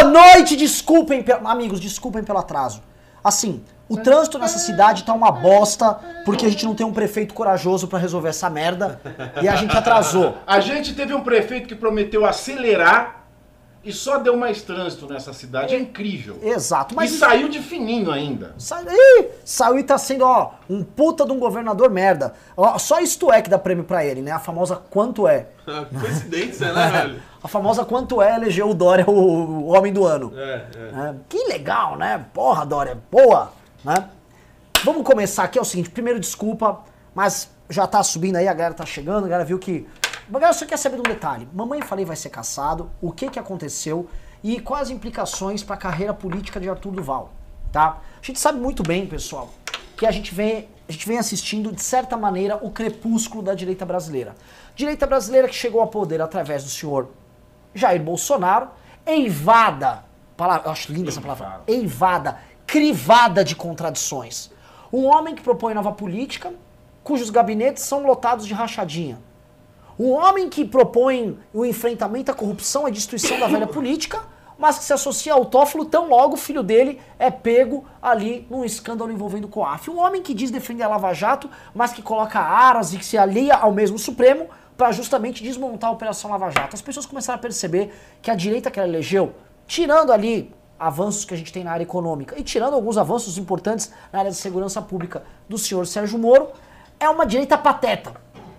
noite, desculpem, amigos, desculpem pelo atraso. Assim, o trânsito nessa cidade tá uma bosta, porque a gente não tem um prefeito corajoso pra resolver essa merda, e a gente atrasou. A gente teve um prefeito que prometeu acelerar e só deu mais trânsito nessa cidade, é incrível. Exato. Mas e saiu de fininho ainda. Saiu e tá sendo, ó, um puta de um governador merda. Ó, só isto é que dá prêmio pra ele, né? A famosa quanto é. Coincidência, né, velho? A famosa quanto é elegeu o Dória o homem do ano. É. Que legal, né? Porra, Dória, boa. Né? Vamos começar aqui, é o seguinte, primeiro desculpa, mas já tá subindo aí, a galera tá chegando, a galera viu que... A galera só quer saber de um detalhe, Mamãe Falei vai ser cassado, o que aconteceu e quais as implicações pra carreira política de Arthur Duval, tá? A gente sabe muito bem, pessoal, que a gente vem assistindo, de certa maneira, o crepúsculo da direita brasileira. Direita brasileira que chegou ao poder através do senhor Jair Bolsonaro, eivada, eu acho linda essa palavra, eivada, crivada de contradições. Um homem que propõe nova política, cujos gabinetes são lotados de rachadinha. Um homem que propõe o enfrentamento à corrupção e à destruição da velha política, mas que se associa ao Toffolo tão logo o filho dele é pego ali num escândalo envolvendo o COAF. Um homem que diz defender a Lava Jato, mas que coloca aras e que se alia ao mesmo Supremo para justamente desmontar a Operação Lava Jato. As pessoas começaram a perceber que a direita que ela elegeu, tirando ali avanços que a gente tem na área econômica e tirando alguns avanços importantes na área de segurança pública do senhor Sérgio Moro, é uma direita pateta.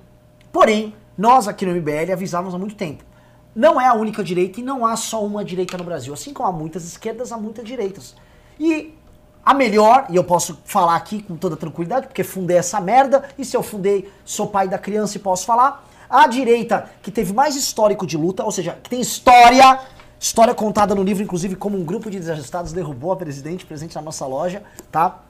Porém, nós aqui no MBL avisávamos há muito tempo. Não é a única direita e não há só uma direita no Brasil. Assim como há muitas esquerdas, há muitas direitas. E a melhor, e eu posso falar aqui com toda tranquilidade, porque fundei essa merda, e se eu fundei, sou pai da criança e posso falar, a direita que teve mais histórico de luta, ou seja, que tem história contada no livro, inclusive, como um grupo de desajustados derrubou a presidente presente na nossa loja, tá?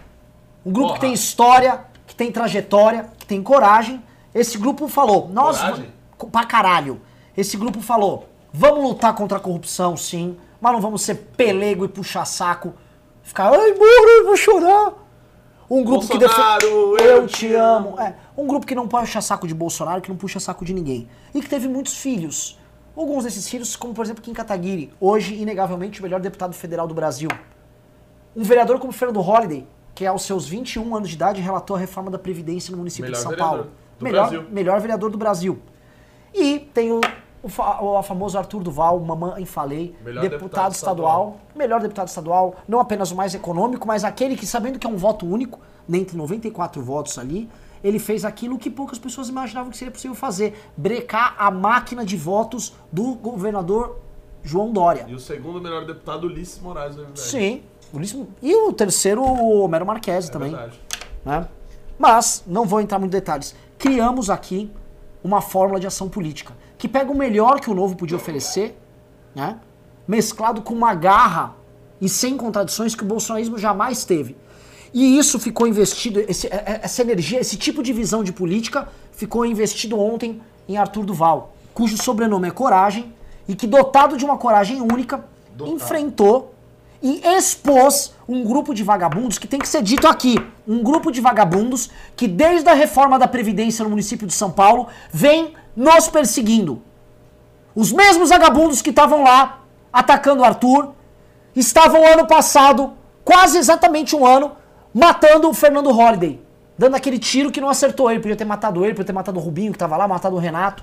Um grupo que tem história, que tem trajetória, que tem coragem. Esse grupo falou, pra caralho, esse grupo falou, vamos lutar contra a corrupção, sim, mas não vamos ser pelego e puxar saco, ficar, ai, Moro, eu vou chorar. Um grupo Bolsonaro, que eu te amo. Um grupo que não puxa saco de Bolsonaro, que não puxa saco de ninguém. E que teve muitos filhos. Alguns desses filhos, como por exemplo Kim Kataguiri, hoje inegavelmente o melhor deputado federal do Brasil. Um vereador como Fernando Holliday, que aos seus 21 anos de idade relatou a reforma da Previdência no município de São Paulo. Melhor vereador do Brasil. E tem o famoso Arthur Duval, Mamãe Falei, deputado estadual, melhor deputado estadual, não apenas o mais econômico, mas aquele que, sabendo que é um voto único, dentre 94 votos ali, ele fez aquilo que poucas pessoas imaginavam que seria possível fazer, brecar a máquina de votos do governador João Dória. E o segundo melhor deputado, Ulisses Moraes do MBL. Sim, e o terceiro, o Homero Marquesi também. Verdade. Né? Mas, não vou entrar muito em detalhes, criamos aqui uma fórmula de ação política, que pega o melhor que o Novo podia oferecer, né? Mesclado com uma garra e sem contradições que o bolsonarismo jamais teve. E isso ficou investido, essa energia, esse tipo de visão de política ficou investido ontem em Arthur Duval, cujo sobrenome é Coragem, e que, dotado de uma coragem única, enfrentou e expôs um grupo de vagabundos, que tem que ser dito aqui, um grupo de vagabundos que desde a reforma da Previdência no município de São Paulo vem nos perseguindo. Os mesmos vagabundos que estavam lá atacando o Arthur, estavam ano passado, quase exatamente um ano, matando o Fernando Holliday, dando aquele tiro que não acertou ele, podia ter matado ele, podia ter matado o Rubinho que estava lá, matado o Renato.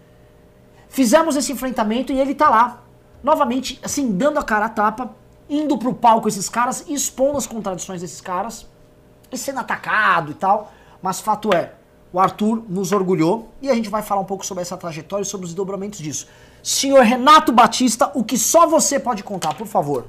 Fizemos esse enfrentamento e ele tá lá, novamente, assim, dando a cara a tapa, indo pro palco esses caras, expondo as contradições desses caras, e sendo atacado e tal, mas fato é, o Arthur nos orgulhou, e a gente vai falar um pouco sobre essa trajetória e sobre os desdobramentos disso. Senhor Renato Batista, o que só você pode contar, por favor.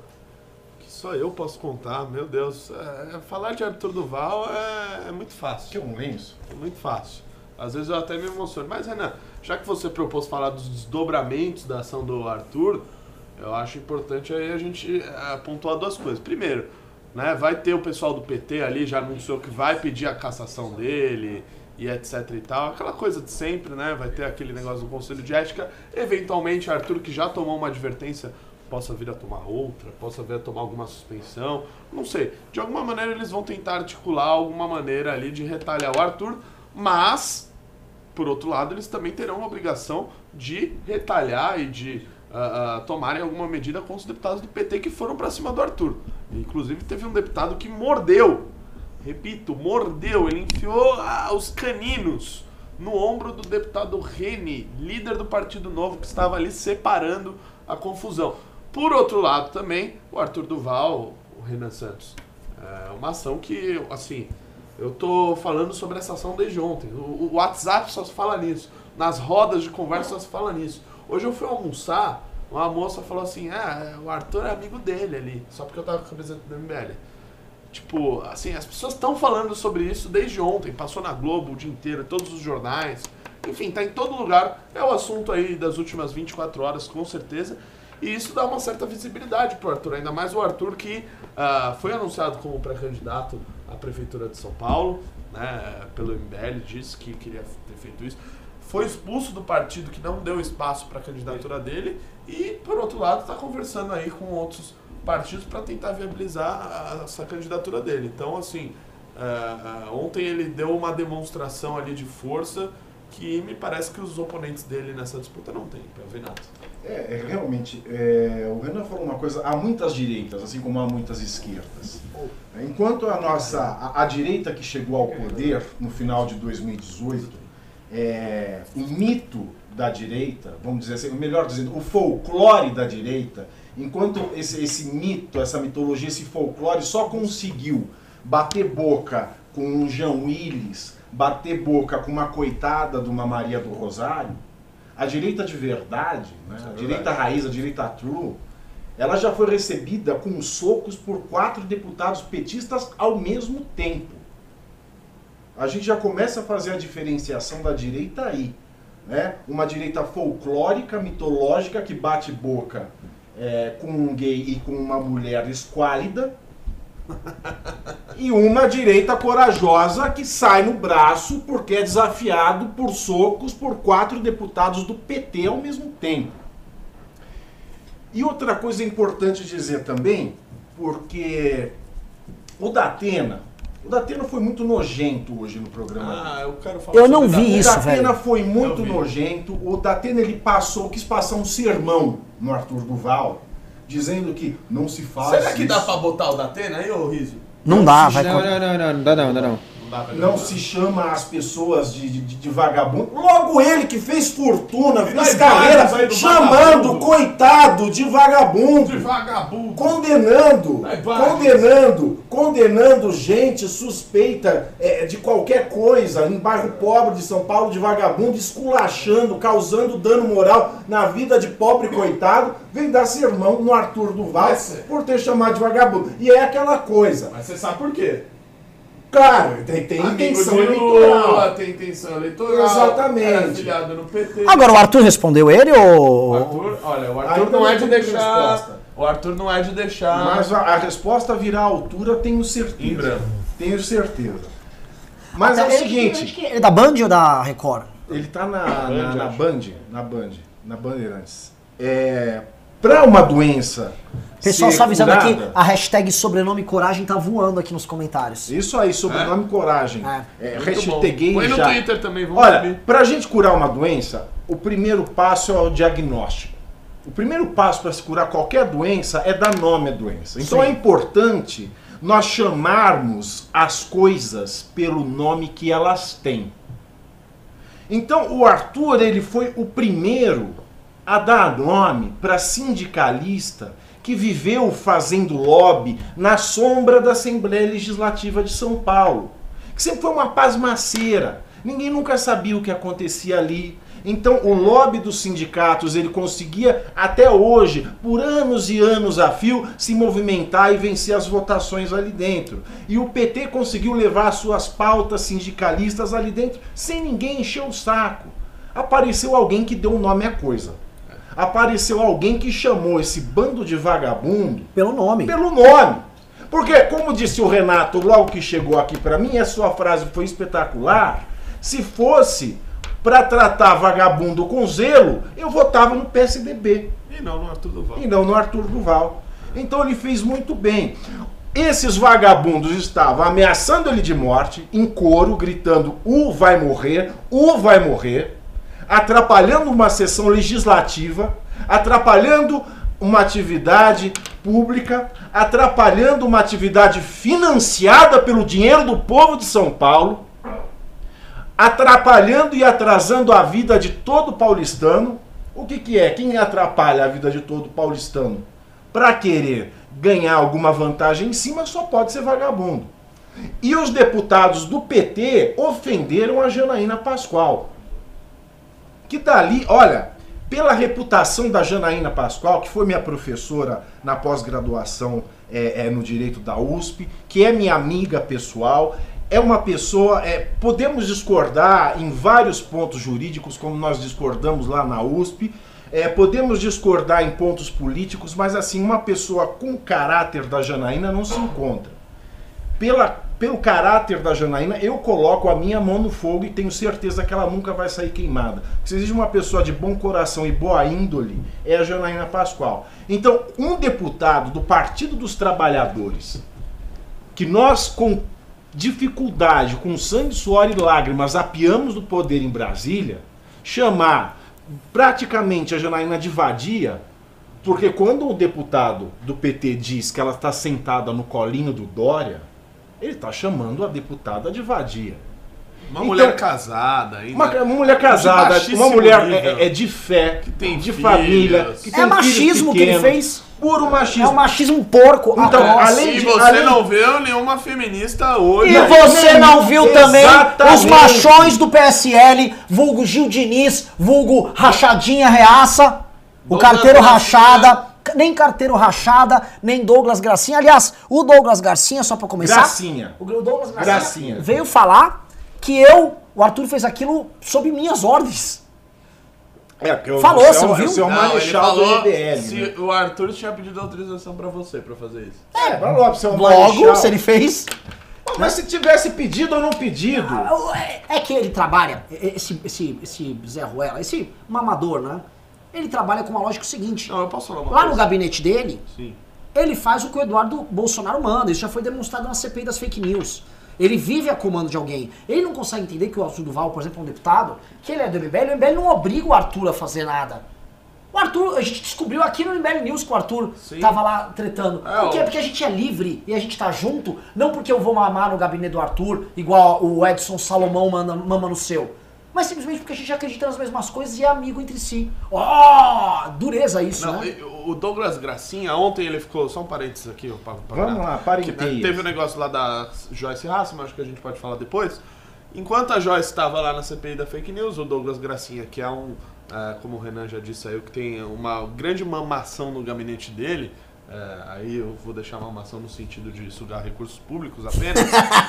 Só eu posso contar, meu Deus. Falar de Arthur Duval é muito fácil. Que um lenço. É muito fácil. Às vezes eu até me emociono. Mas, Renan, já que você propôs falar dos desdobramentos da ação do Arthur, eu acho importante aí a gente pontuar duas coisas. Primeiro, né, vai ter o pessoal do PT ali, já anunciou que vai pedir a cassação dele e etc e tal. Aquela coisa de sempre, né? Vai ter aquele negócio do Conselho de Ética. Eventualmente, Arthur, que já tomou uma advertência, possa vir a tomar outra, possa vir a tomar alguma suspensão, não sei. De alguma maneira eles vão tentar articular alguma maneira ali de retalhar o Arthur, mas, por outro lado, eles também terão a obrigação de retalhar e de tomarem alguma medida com os deputados do PT que foram para cima do Arthur. Inclusive teve um deputado que mordeu, repito, mordeu, ele enfiou os caninos no ombro do deputado Reni, líder do Partido Novo, que estava ali separando a confusão. Por outro lado também, o Arthur Duval, o Renan Santos. É uma ação que, assim, eu tô falando sobre essa ação desde ontem. O WhatsApp só se fala nisso. Nas rodas de conversa só se fala nisso. Hoje eu fui almoçar, uma moça falou assim, o Arthur é amigo dele ali, só porque eu tava com a camiseta do MBL. Tipo, assim, as pessoas estão falando sobre isso desde ontem, passou na Globo o dia inteiro, todos os jornais, enfim, tá em todo lugar, é o assunto aí das últimas 24 horas, com certeza, e isso dá uma certa visibilidade pro Arthur, ainda mais o Arthur que foi anunciado como pré-candidato à Prefeitura de São Paulo, né, pelo MBL, disse que queria ter feito isso, foi expulso do partido que não deu espaço para a candidatura dele e, por outro lado, está conversando aí com outros partidos para tentar viabilizar essa candidatura dele. Então, assim, ontem ele deu uma demonstração ali de força que me parece que os oponentes dele nessa disputa não têm, Renato. Realmente, o Renan falou uma coisa, há muitas direitas, assim como há muitas esquerdas. Enquanto a direita que chegou ao poder no final de 2018, o mito da direita, vamos dizer assim, melhor dizendo, o folclore da direita, enquanto esse mito, essa mitologia, esse folclore só conseguiu bater boca com um João Willis, bater boca com uma coitada de uma Maria do Rosário, a direita de verdade, né, a direita raiz, a direita true, ela já foi recebida com socos por 4 deputados petistas ao mesmo tempo. A gente já começa a fazer a diferenciação da direita aí, né? Uma direita folclórica, mitológica, que bate boca com um gay e com uma mulher esquálida, e uma direita corajosa que sai no braço porque é desafiado por socos por 4 deputados do PT ao mesmo tempo. E outra coisa importante dizer também, porque o Datena foi muito nojento hoje no programa. Eu quero falar Eu não vi isso, velho. O Datena foi muito nojento. O Datena, ele quis passar um sermão no Arthur Duval, dizendo que não se faz. Será que dá pra botar o Datena aí, ô Rizzo? Não dá, vai. Não dá. Não se chama as pessoas de vagabundo. Logo ele que fez fortuna, fez carreira, chamando coitado de vagabundo. De vagabundo. Condenando gente suspeita de qualquer coisa em bairro pobre de São Paulo de vagabundo, esculachando, causando dano moral na vida de pobre coitado, vem dar sermão no Arthur Duval por ter chamado de vagabundo. E é aquela coisa. Mas você sabe por quê? Claro, tem intenção eleitoral. Tem intenção eleitoral. Exatamente. É afiliado no PT. Agora, o Arthur respondeu ele ou... O Arthur não é de deixar... Resposta. O Arthur não é de deixar... Mas a resposta virá à altura, tenho certeza. Em branco. Tenho certeza. Mas é o seguinte... Ele é da Band ou da Record? Ele tá na Bandeirantes. Para uma doença... Pessoal, só avisando aqui, a hashtag sobrenome coragem tá voando aqui nos comentários. Isso aí, sobrenome coragem. Hashtaguei põe no já. Twitter também, vamos Olha, subir. pra gente curar uma doença, o primeiro passo é o diagnóstico. O primeiro passo para se curar qualquer doença é dar nome à doença. Então é importante nós chamarmos as coisas pelo nome que elas têm. Então o Arthur, ele foi o primeiro a dar nome para sindicalista que viveu fazendo lobby na sombra da Assembleia Legislativa de São Paulo, que sempre foi uma pasmaceira. Ninguém nunca sabia o que acontecia ali. Então o lobby dos sindicatos, ele conseguia até hoje, por anos e anos a fio, se movimentar e vencer as votações ali dentro. E o PT conseguiu levar as suas pautas sindicalistas ali dentro sem ninguém encher o saco. Apareceu alguém que deu um nome à coisa. Apareceu alguém que chamou esse bando de vagabundo pelo nome. Porque, como disse o Renato logo que chegou aqui pra mim, a sua frase foi espetacular. Se fosse pra tratar vagabundo com zelo, eu votava no PSDB. E não no Arthur Duval. Então ele fez muito bem. Esses vagabundos estavam ameaçando ele de morte, em coro, gritando: vai morrer, atrapalhando uma sessão legislativa, atrapalhando uma atividade pública, atrapalhando uma atividade financiada pelo dinheiro do povo de São Paulo, atrapalhando e atrasando a vida de todo paulistano. O que é? Quem atrapalha a vida de todo paulistano para querer ganhar alguma vantagem em cima só pode ser vagabundo. E os deputados do PT ofenderam a Janaína Pascoal. Que dali, olha, pela reputação da Janaína Pascoal, que foi minha professora na pós-graduação no Direito da USP, que é minha amiga pessoal, é uma pessoa, podemos discordar em vários pontos jurídicos, como nós discordamos lá na USP, podemos discordar em pontos políticos, mas assim, uma pessoa com o caráter da Janaína não se encontra. Pelo caráter da Janaína, eu coloco a minha mão no fogo e tenho certeza que ela nunca vai sair queimada. Se existe uma pessoa de bom coração e boa índole, é a Janaína Pascoal. Então, um deputado do Partido dos Trabalhadores, que nós com dificuldade, com sangue, suor e lágrimas, apiamos do poder em Brasília, chamar praticamente a Janaína de vadia, porque quando o deputado do PT diz que ela está sentada no colinho do Dória, ele está chamando a deputada de vadia. Uma mulher casada ainda. Uma mulher casada, uma mulher de fé, que tem de filhos, família. Que tem machismo pequenos, que ele fez. Puro machismo. É um machismo porco. Então, E você não viu nenhuma feminista hoje. E você não viu também Exatamente. os machões do PSL, vulgo Gil Diniz, vulgo Rachadinha Reaça, o carteiro rachada, nem carteiro rachada, nem Douglas Gracinha. Aliás, o Douglas Garcinha, só pra começar... Gracinha. O Douglas Gracinha veio falar que o Arthur fez aquilo sob minhas ordens. Porque falou, você não viu? Você é o Não, marechal do MBL. se né? o Arthur tinha pedido autorização pra você pra fazer isso. Falou, você é o Logo, marechal. se ele fez... Mas se tivesse pedido ou não pedido... É que ele trabalha, esse Zé Ruela, esse mamador, né? Ele trabalha com uma lógica seguinte. Não, eu posso falar uma Lá coisa? no gabinete dele, Sim. ele faz o que o Eduardo Bolsonaro manda. Isso já foi demonstrado na CPI das fake news. Ele vive a comando de alguém. Ele não consegue entender que o Arthur Duval, por exemplo, é um deputado, que ele é do MBL, o MBL não obriga o Arthur a fazer nada. O Arthur, a gente descobriu aqui no MBL News que o Arthur tava lá tretando. Por quê? Porque a gente é livre e a gente tá junto, não porque eu vou mamar no gabinete do Arthur, igual o Edson Salomão mama no seu. Mas simplesmente porque a gente acredita nas mesmas coisas e é amigo entre si. Dureza isso, Não, né? o Douglas Gracinha, ontem ele ficou... Só um parênteses aqui. Vamos lá, parênteses. Teve um negócio lá da Joyce Hasselman, acho que a gente pode falar depois. Enquanto a Joyce estava lá na CPI da fake news, o Douglas Gracinha, que é como o Renan já disse aí, que tem uma grande mamação no gabinete dele, aí eu vou deixar uma mamação no sentido de sugar recursos públicos apenas,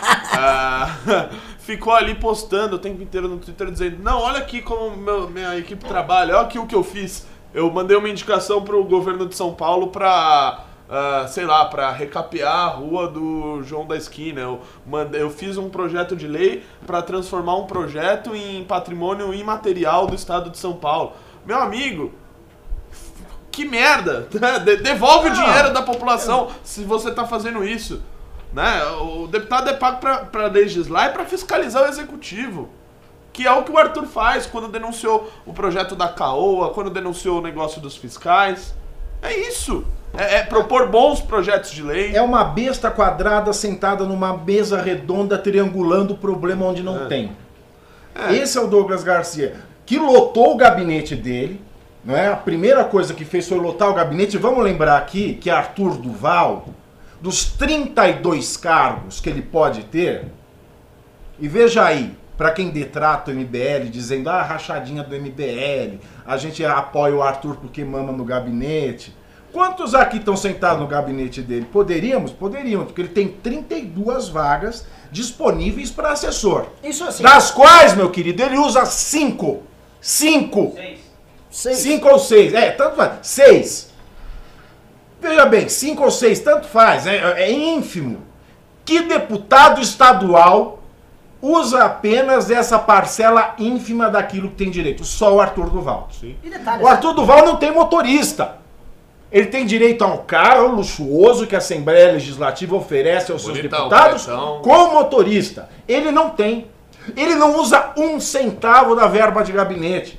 ficou ali postando o tempo inteiro no Twitter dizendo: não, olha aqui como minha equipe trabalha, olha aqui o que eu fiz. Eu mandei uma indicação para o governo de São Paulo para... para recapear a rua do João da Esquina. Eu fiz um projeto de lei para transformar um projeto em patrimônio imaterial do estado de São Paulo. Meu amigo, que merda! Devolve o dinheiro da população se você tá fazendo isso. Né? O deputado é pago para legislar e para fiscalizar o executivo. Que é o que o Arthur faz quando denunciou o projeto da CAOA, quando denunciou o negócio dos fiscais. É isso. É propor bons projetos de lei. É uma besta quadrada sentada numa mesa redonda triangulando o problema onde não tem. Esse é o Douglas Garcia, que lotou o gabinete dele. Não é? A primeira coisa que fez foi lotar o gabinete. Vamos lembrar aqui que Arthur Duval, dos 32 cargos que ele pode ter, e veja aí, para quem detrata o MBL, dizendo, rachadinha do MBL, a gente apoia o Arthur porque mama no gabinete. Quantos aqui estão sentados no gabinete dele? Poderíamos? Poderíamos, porque ele tem 32 vagas disponíveis para assessor. Isso assim. Das quais, meu querido, ele usa 5. 5. 5 ou 6. Tanto faz. 6. Veja bem, 5 ou 6, tanto faz. É ínfimo. Que deputado estadual usa apenas essa parcela ínfima daquilo que tem direito? Só o Arthur Duval. E detalhe, o Arthur Duval não tem motorista. Ele tem direito a um carro luxuoso que a Assembleia Legislativa oferece aos seus deputados com motorista. Ele não tem. Ele não usa um centavo da verba de gabinete.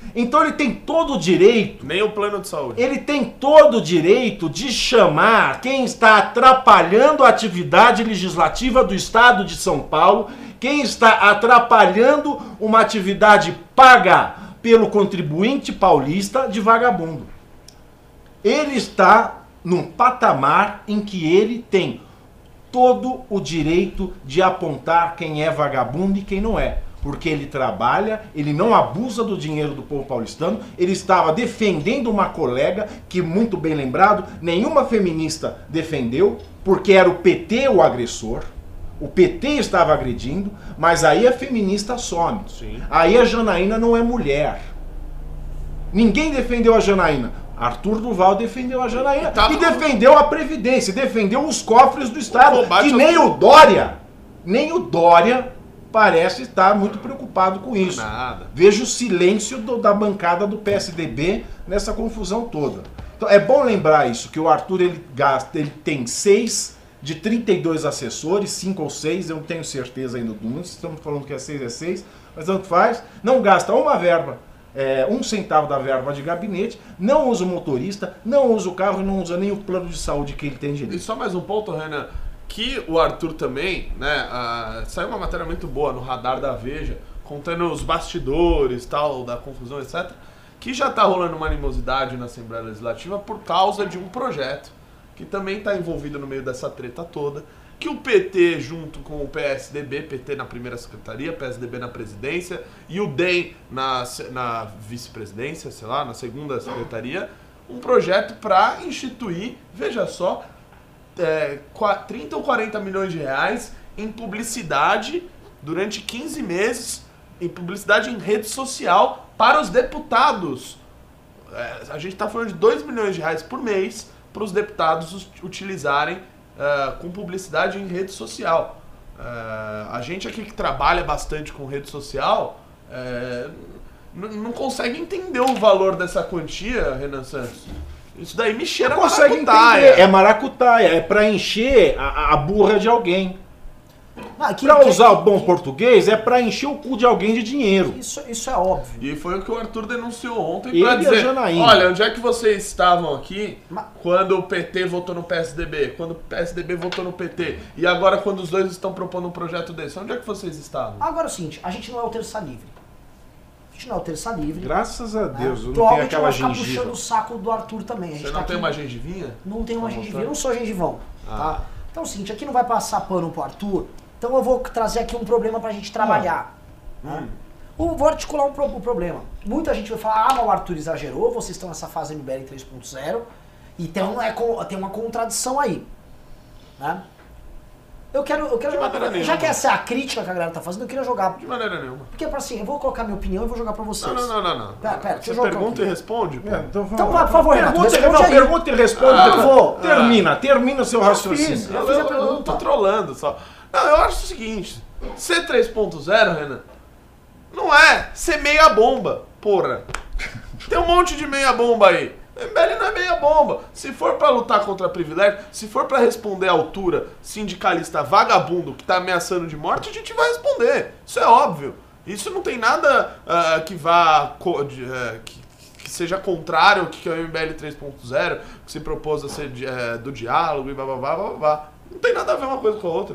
Então ele tem todo o direito, Nem o plano de saúde. ele tem todo o direito de chamar quem está atrapalhando a atividade legislativa do Estado de São Paulo, quem está atrapalhando uma atividade paga pelo contribuinte paulista de vagabundo. Ele está num patamar em que ele tem todo o direito de apontar quem é vagabundo e quem não é. Porque ele trabalha, ele não abusa do dinheiro do povo paulistano, ele estava defendendo uma colega que, muito bem lembrado, nenhuma feminista defendeu, porque era o PT o agressor, o PT estava agredindo, mas aí a feminista some. Sim. Aí a Janaína não é mulher. Ninguém defendeu a Janaína. Arthur Duval defendeu a Janaína e defendeu a Previdência, defendeu os cofres do Estado, que nem o Dória parece estar muito preocupado com isso. Nada. Veja o silêncio da bancada do PSDB nessa confusão toda. Então é bom lembrar isso, que o Arthur ele tem 6 de 32 assessores, 5 ou 6, eu não tenho certeza ainda do número, estamos falando que é 6, mas tanto faz, não gasta uma verba, 1 centavo da verba de gabinete, não usa o motorista, não usa o carro, não usa nem o plano de saúde que ele tem direito. E só mais um ponto, Renan, que o Arthur também, né, saiu uma matéria muito boa no Radar da Veja, contando os bastidores, tal, da confusão, etc., que já está rolando uma animosidade na Assembleia Legislativa por causa de um projeto que também está envolvido no meio dessa treta toda, que o PT, junto com o PSDB, PT na primeira secretaria, PSDB na presidência, e o DEM na vice-presidência, sei lá, na segunda secretaria, um projeto para instituir, veja só, 30 ou 40 milhões de reais em publicidade durante 15 meses, em publicidade em rede social para os deputados. A gente está falando de 2 milhões de reais por mês para os deputados utilizarem com publicidade em rede social. A gente aqui que trabalha bastante com rede social não consegue entender o valor dessa quantia, Renan Santos. Isso daí me cheira Não consegue maracutaia. entender. É maracutaia, é para encher a burra de alguém. Para usar o bom português, é para encher o cu de alguém de dinheiro. Isso é óbvio. E foi o que o Arthur denunciou ontem Ele pra e a dizer, Janaína. olha, onde é que vocês estavam aqui Mas- quando o PT votou no PSDB, quando o PSDB votou no PT, e agora quando os dois estão propondo um projeto desse, onde é que vocês estavam? Agora é o seguinte, a gente não é o terça livre. A gente não é o terça livre. Graças a Deus, eu não tenho Provavelmente aquela vai ficar gengiva. puxando o saco do Arthur também. A gente Você tá não tem aqui- uma gengivinha? Não tem uma Tá gengivinha, mostrando? eu não sou gengivão, Ah. tá? Então é o seguinte, aqui não vai passar pano pro Arthur, então eu vou trazer aqui um problema pra gente trabalhar. Né? Vou articular o problema. Muita gente vai falar, mas o Arthur exagerou, vocês estão nessa fase MBL 3.0, então tem uma contradição aí. Né? Eu quero jogar maneira pra, nenhuma. já que essa é a crítica que a galera tá fazendo, eu queria jogar. De maneira nenhuma. Porque assim, eu vou colocar minha opinião e vou jogar pra vocês. Não. Pera, deixa Você eu jogar pergunta aqui. e responde, pô. Então, vamos Então lá. vai, por favor, Renato, Pergunta, responde aí. pergunta e responde. Eu vou. Termina o seu raciocínio. fiz. Eu, fiz a eu pergunta. tô trolando só. Não, eu acho o seguinte, ser 3.0, Renan, não é ser meia bomba, porra. Tem um monte de meia bomba aí. MBL não é meia bomba. Se for pra lutar contra privilégio, se for pra responder à altura sindicalista vagabundo que tá ameaçando de morte, a gente vai responder. Isso é óbvio. Isso não tem nada que vá... que seja contrário ao que é o MBL 3.0, que se propôs a ser do diálogo e blá. Não tem nada a ver uma coisa com a outra.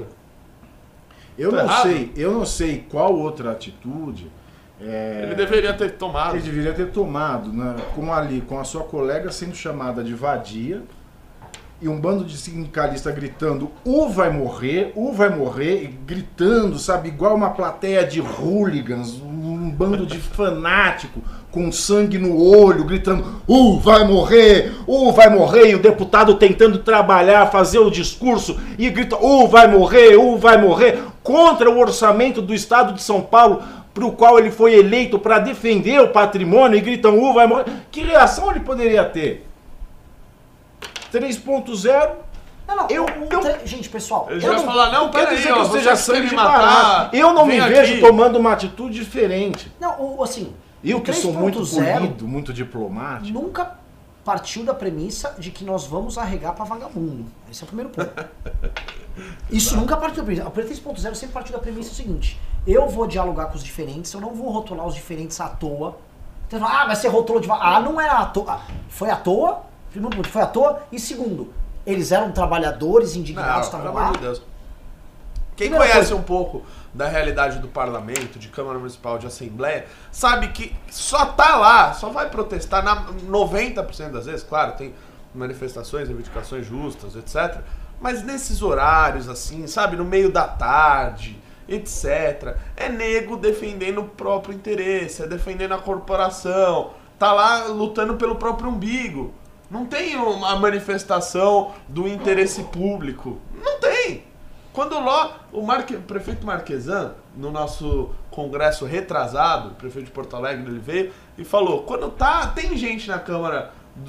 Eu Tá não errado? sei, qual outra atitude Ele deveria ter tomado. ele deveria ter tomado, né, com a sua colega sendo chamada de vadia e um bando de sindicalistas gritando vai morrer, e gritando, sabe, igual uma plateia de hooligans, um bando de fanático com sangue no olho, gritando vai morrer, e o deputado tentando trabalhar, fazer o discurso e grita vai morrer, contra o orçamento do Estado de São Paulo, para o qual ele foi eleito para defender o patrimônio, e gritam vai morrer. Que reação ele poderia ter? 3.0? Não, Eu- gente, pessoal, Ele já vai falar, não, quer peraí, dizer que ó, eu seja você quer sangue me de matar, barato. Eu não me vem vejo aqui. tomando uma atitude diferente. não, assim, Eu o que sou muito 3.0 polido, muito diplomático. nunca partiu da premissa de que nós vamos arregar pra vagabundo. Esse é o primeiro ponto. Isso nunca partiu da premissa. A 3.0 sempre partiu da premissa seguinte: eu vou dialogar com os diferentes, eu não vou rotular os diferentes à toa, Então, mas você rotulou de... não era à toa. Foi à toa, primeiro ponto, foi à toa, e segundo, eles eram trabalhadores indignados, estavam pelo lá. amor de Deus. Quem Primeira conhece coisa. um pouco da realidade do parlamento, de Câmara Municipal, de Assembleia, sabe que só tá lá, só vai protestar 90% das vezes, claro, tem manifestações, reivindicações justas, etc. Mas nesses horários, assim, sabe, no meio da tarde, etc. É nego defendendo o próprio interesse, é defendendo a corporação, tá lá lutando pelo próprio umbigo. Não tem uma manifestação do interesse público. Não tem. Quando o prefeito Marquesan, no nosso congresso retrasado, o prefeito de Porto Alegre, ele veio e falou, quando tem gente na Câmara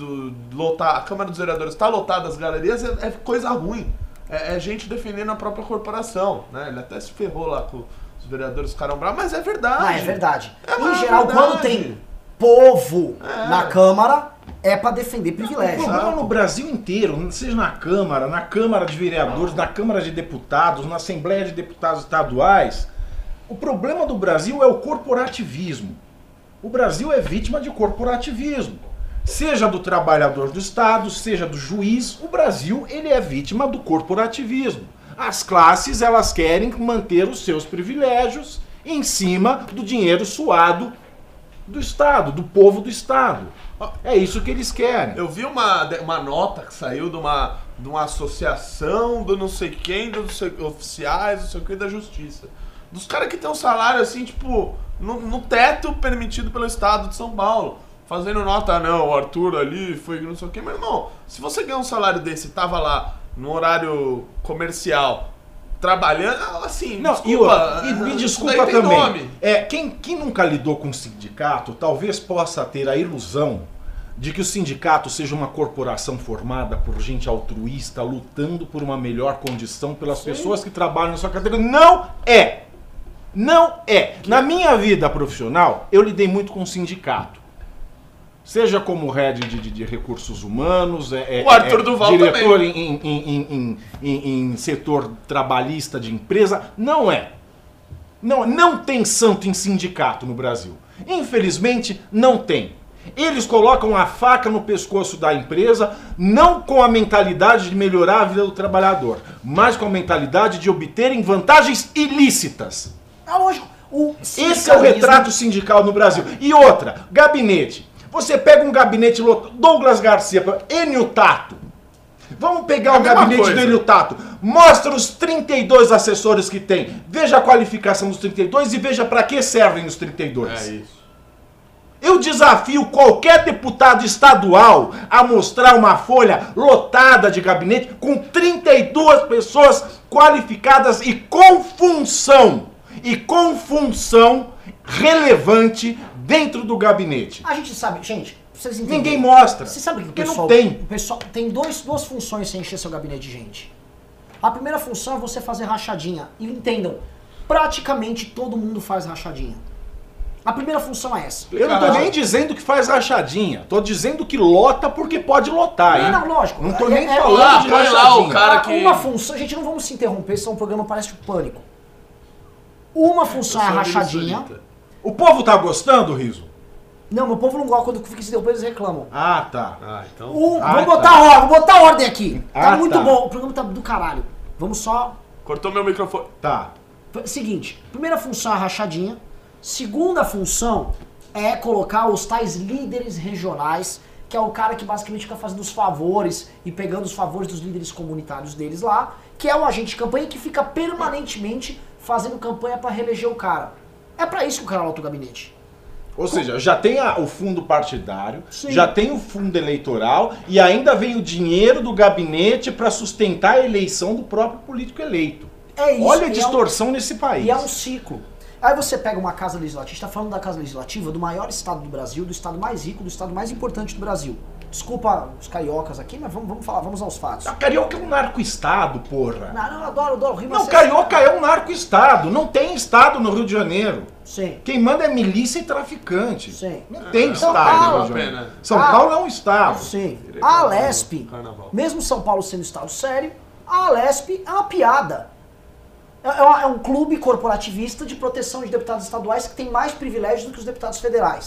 a Câmara dos Vereadores está lotada, as galerias, é coisa ruim. É gente defendendo a própria corporação, né? Ele até se ferrou lá com os vereadores ficaram bravos, mas é verdade. É verdade. Em geral, quando tem povo na Câmara, é para defender O privilégio. problema no Brasil inteiro, seja na Câmara de Vereadores, na Câmara de Deputados, na Assembleia de Deputados Estaduais, o problema do Brasil é o corporativismo. O Brasil é vítima de corporativismo. Seja do trabalhador do Estado, seja do juiz, o Brasil ele é vítima do corporativismo. As classes elas querem manter os seus privilégios em cima do dinheiro suado do Estado, do povo do Estado. É isso que eles querem. Eu vi uma nota que saiu de uma associação do não sei quem, dos oficiais, não sei o que, da justiça. Dos caras que tem um salário assim, tipo, no teto permitido pelo Estado de São Paulo. Fazendo nota, não, o Arthur ali foi não sei o que, meu irmão, se você ganha um salário desse e tava lá no horário comercial, trabalhando, assim, não, desculpa, e me isso desculpa daí tem também. nome. Quem nunca lidou com sindicato, talvez possa ter a ilusão de que o sindicato seja uma corporação formada por gente altruísta, lutando por uma melhor condição pelas pessoas que trabalham na sua carteira. Não é! Não é! Na minha vida profissional, eu lidei muito com sindicato. Seja como head de recursos humanos, o Arthur Duval diretor também. em setor trabalhista de empresa, não é. Não tem santo em sindicato no Brasil. Infelizmente, não tem. Eles colocam a faca no pescoço da empresa, não com a mentalidade de melhorar a vida do trabalhador, mas com a mentalidade de obterem vantagens ilícitas. Lógico. Esse é o retrato sindical no Brasil. E outra, gabinete. Você pega um gabinete lotado, Douglas Garcia, Enio Tato. Vamos pegar o gabinete do Enio Tato. Mostra os 32 assessores que tem. Veja a qualificação dos 32 e veja para que servem os 32. É isso. Eu desafio qualquer deputado estadual a mostrar uma folha lotada de gabinete com 32 pessoas qualificadas e com função relevante dentro do gabinete. A gente sabe, gente, pra vocês entenderem. Ninguém mostra. Você sabe que o Porque pessoal... não tem. O pessoal tem duas funções sem encher seu gabinete de gente. A primeira função é você fazer rachadinha. E entendam, praticamente todo mundo faz rachadinha. A primeira função é essa. Eu não tô nem dizendo que faz rachadinha. Tô dizendo que lota porque pode lotar, hein? Não, lógico. Não tô nem Lá, falando de põe lá rachadinha. o cara que... Uma função... Gente, não vamos se interromper, senão o programa parece um pânico. Uma função é a rachadinha. O povo tá gostando, Riso? Não, meu povo não gosta quando fica se derrubando, eles reclamam. Ah, tá. Então... Vou botar ordem aqui. Tá muito tá. bom. O programa tá do caralho. Vamos só... Cortou meu microfone. Tá. Seguinte, primeira função é a rachadinha. Segunda função é colocar os tais líderes regionais, que é o cara que basicamente fica fazendo os favores e pegando os favores dos líderes comunitários deles lá, que é o agente de campanha que fica permanentemente fazendo campanha pra reeleger o cara. É pra isso que o cara lota o gabinete. Ou seja, já tem o fundo partidário, Sim. já tem o fundo eleitoral e ainda vem o dinheiro do gabinete para sustentar a eleição do próprio político eleito. É isso. Olha a distorção nesse país. E é um ciclo. Aí você pega uma casa legislativa, a gente tá falando da casa legislativa do maior estado do Brasil, do estado mais rico, do estado mais importante do Brasil. Desculpa os cariocas aqui, mas vamos falar, vamos aos fatos. A Carioca é um narco-estado, porra. Não, eu adoro rima. Não, Carioca é um narco-estado. Não tem estado no Rio de Janeiro. Sim. Quem manda é milícia e traficante. Sim. Não tem São estado Paulo. no Rio de Janeiro. São Paulo é um estado. Sim. A Alesp, Carnaval. mesmo São Paulo sendo estado sério, a Alesp é uma piada. É um clube corporativista de proteção de deputados estaduais que tem mais privilégios do que os deputados federais.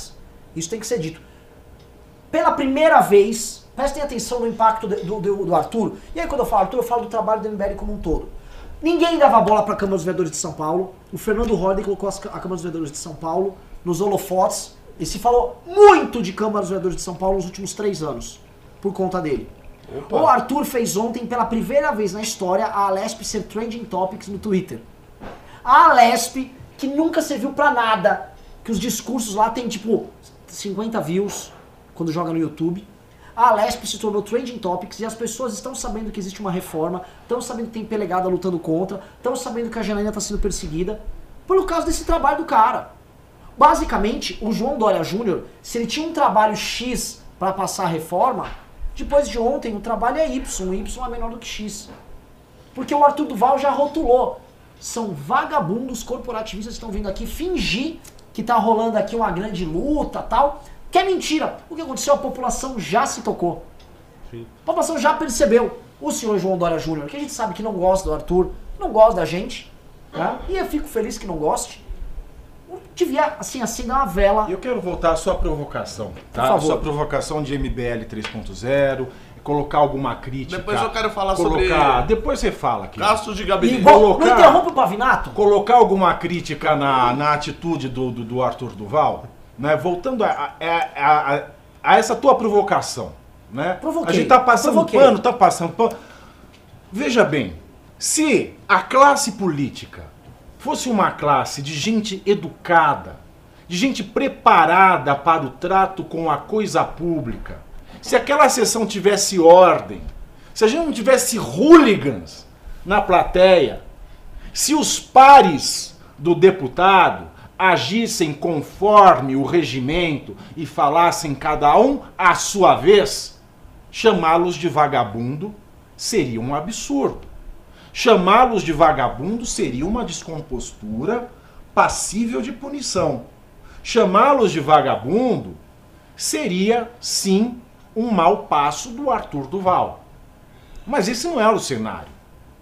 Isso tem que ser dito. Pela primeira vez, prestem atenção no impacto do Arthur. E aí quando eu falo Arthur, eu falo do trabalho do MBL como um todo. Ninguém dava bola para a Câmara dos Vereadores de São Paulo. O Fernando Holliday colocou a Câmara dos Vereadores de São Paulo nos holofotes. E se falou muito de Câmara dos Vereadores de São Paulo nos últimos 3 anos. Por conta dele. Opa. O Arthur fez ontem, pela primeira vez na história, a Alesp ser Trending Topics no Twitter. A Alesp, que nunca serviu pra nada. Que os discursos lá tem tipo 50 views quando joga no YouTube. A Alesp se tornou Trending Topics e as pessoas estão sabendo que existe uma reforma, estão sabendo que tem pelegada lutando contra, estão sabendo que a Janaína está sendo perseguida por causa desse trabalho do cara. Basicamente, o João Dória Júnior, se ele tinha um trabalho X para passar a reforma, depois de ontem o trabalho é Y, o Y é menor do que X. Porque o Arthur Duval já rotulou. São vagabundos corporativistas que estão vindo aqui fingir que tá rolando aqui uma grande luta tal. Que é mentira. O que aconteceu? A população já se tocou. Sim. A população já percebeu. O senhor João Dória Júnior, que a gente sabe que não gosta do Arthur, não gosta da gente, né? E eu fico feliz que não goste. Devia, assim, acender uma vela. Eu quero voltar à sua provocação, tá? Por favor. Sua provocação de MBL 3.0, colocar alguma crítica. Depois eu quero falar sobre... Depois você fala aqui. Gastos de gabinete. Não interrompa o Pavinato. Colocar alguma crítica na atitude do Arthur Duval, né? Voltando a essa tua provocação, né? Provoquei. A gente tá passando pano. Veja bem, se a classe política fosse uma classe de gente educada, de gente preparada para o trato com a coisa pública, se aquela sessão tivesse ordem, se a gente não tivesse hooligans na plateia, se os pares do deputado agissem conforme o regimento e falassem cada um à sua vez, chamá-los de vagabundo seria um absurdo. Chamá-los de vagabundo seria uma descompostura passível de punição. Chamá-los de vagabundo seria, sim, um mau passo do Arthur Duval. Mas esse não era o cenário.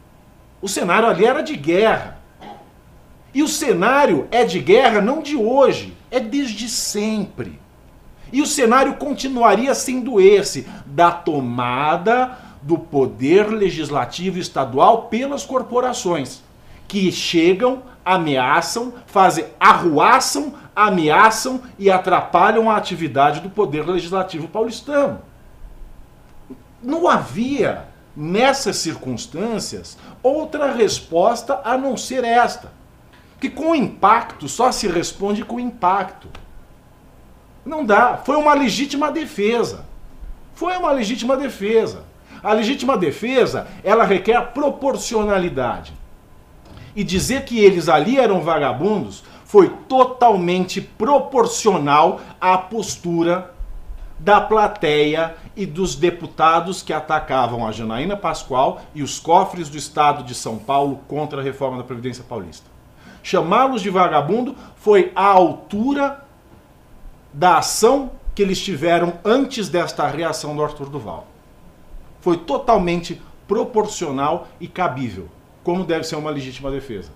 O cenário ali era de guerra. E o cenário é de guerra não de hoje, é desde sempre. E o cenário continuaria sendo esse, da tomada do poder legislativo estadual pelas corporações, que chegam, ameaçam, arruaçam, ameaçam e atrapalham a atividade do poder legislativo paulistano. Não havia, nessas circunstâncias, outra resposta a não ser esta. Que com impacto, só se responde com impacto. Não dá. Foi uma legítima defesa. Foi uma legítima defesa. A legítima defesa, ela requer proporcionalidade. E dizer que eles ali eram vagabundos foi totalmente proporcional à postura da plateia e dos deputados que atacavam a Janaína Pascoal e os cofres do Estado de São Paulo contra a reforma da Previdência Paulista. Chamá-los de vagabundo foi à altura da ação que eles tiveram antes desta reação do Arthur Duval. Foi totalmente proporcional e cabível, como deve ser uma legítima defesa.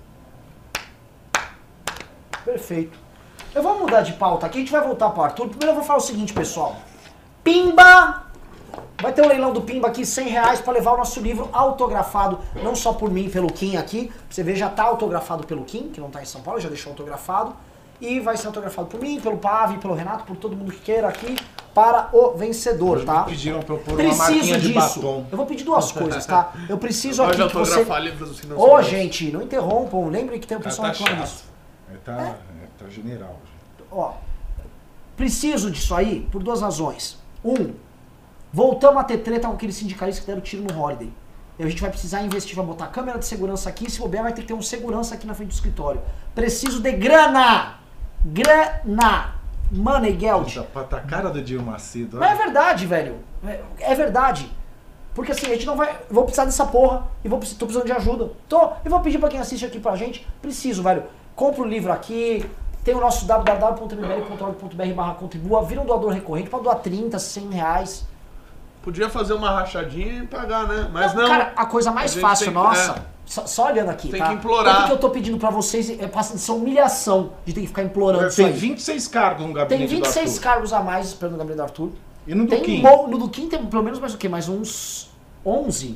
Perfeito. Eu vou mudar de pauta aqui, a gente vai voltar para o Arthur. Primeiro eu vou falar o seguinte, pessoal. Pimba! Vai ter o leilão do Pimba aqui, R$100 para levar o nosso livro autografado, não só por mim, pelo Kim aqui. Pra você ver, já tá autografado pelo Kim, que não tá em São Paulo, já deixou autografado. E vai ser autografado por mim, pelo Pavi, pelo Renato, por todo mundo que queira aqui, para o vencedor, tá? Me pediram pra eu pôr uma marquinha de batom. Eu vou pedir 2 coisas, tá? Eu preciso aqui que você... Ô, gente, não interrompam. Lembrem que tem o pessoal reclamando disso. Tá general. Ó, preciso disso aí por 2 razões. Voltamos a ter treta com aqueles sindicalistas que deram tiro no Holliday. E a gente vai precisar investir, vai botar câmera de segurança aqui, se bobear vai ter que ter um segurança aqui na frente do escritório. Preciso de grana! Grana! Money, geld. Tá a cara do Dio Macedo. Mas é verdade, velho. É verdade. Porque assim, a gente não vai... Vou precisar dessa porra e tô precisando de ajuda. E vou pedir pra quem assiste aqui pra gente. Preciso, velho. Compra o livro aqui. Tem o nosso www.mbl.org.br/contribua. Vira um doador recorrente. Pode doar 30, R$100. Podia fazer uma rachadinha e pagar, né? Mas não. Cara, a coisa mais fácil nossa, só olhando aqui, tem tá? que implorar. Quanto que eu tô pedindo pra vocês é passando essa humilhação de ter que ficar implorando isso Tem aí. 26 cargos no gabinete Tem 26 do Arthur. cargos a mais esperando o gabinete do Arthur. E no Tem Duquim? no Duquim tem pelo menos mais o quê? Mais uns 11.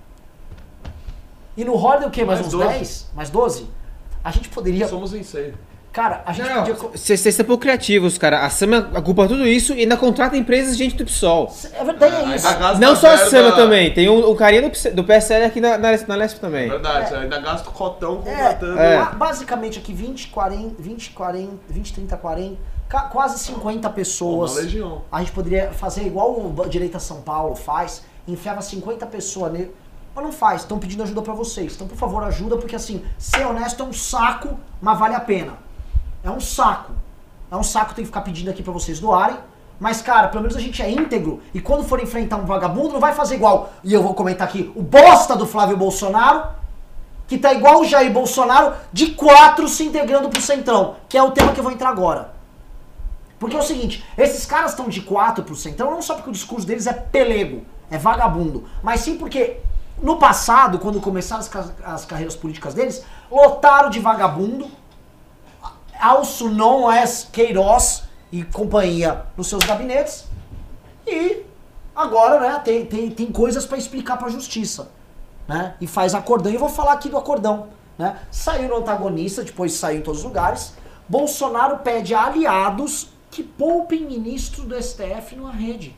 E no Holiday o quê? Mais uns 12. 10? Mais 12? A gente poderia... Somos em 6. Cara, a gente podia... Vocês são pouco criativos, cara. A Sama ocupa tudo isso e ainda contrata empresas de gente do PSOL. É verdade, é isso. Não só a Sama também, tem um carinha do PSL aqui na Lesp também. Verdade, ainda gasta o cotão É, contratando. basicamente aqui 20, 30, 40, quase 50 pessoas. Uma legião. A gente poderia fazer igual o Direita São Paulo faz, enfiava 50 pessoas nele, mas não faz, estão pedindo ajuda pra vocês. Então, por favor, ajuda, porque assim, ser honesto é um saco, mas vale a pena. É um saco. É um saco ter que ficar pedindo aqui pra vocês doarem. Mas, cara, pelo menos a gente é íntegro. E quando for enfrentar um vagabundo, não vai fazer igual. E eu vou comentar aqui, o bosta do Flávio Bolsonaro, que tá igual o Jair Bolsonaro, de 4 se integrando pro Centrão. Que é o tema que eu vou entrar agora. Porque é o seguinte, esses caras estão de 4 pro Centrão, não só porque o discurso deles é pelego, é vagabundo. Mas sim porque, no passado, quando começaram as carreiras políticas deles, lotaram de vagabundo, Alço não é Queiroz e companhia nos seus gabinetes. E agora, né, tem coisas pra explicar pra justiça, né? E faz acordão. E eu vou falar aqui do acordão, né? Saiu no Antagonista, depois saiu em todos os lugares. Bolsonaro pede a aliados que poupem ministros do STF numa rede.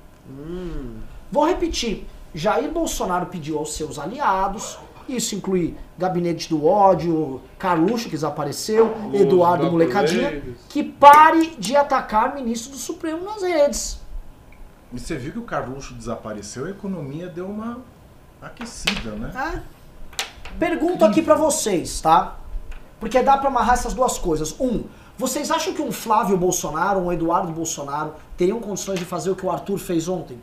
Vou repetir. Jair Bolsonaro pediu aos seus aliados, isso inclui Gabinete do Ódio, Carluxo, que desapareceu, Eduardo Molecadinha, que pare de atacar ministro do Supremo nas redes. E você viu que o Carluxo desapareceu, a economia deu uma aquecida, né? Pergunto aqui pra vocês, tá? Porque dá pra amarrar essas duas coisas. Vocês acham que um Flávio Bolsonaro, um Eduardo Bolsonaro, teriam condições de fazer o que o Arthur fez ontem?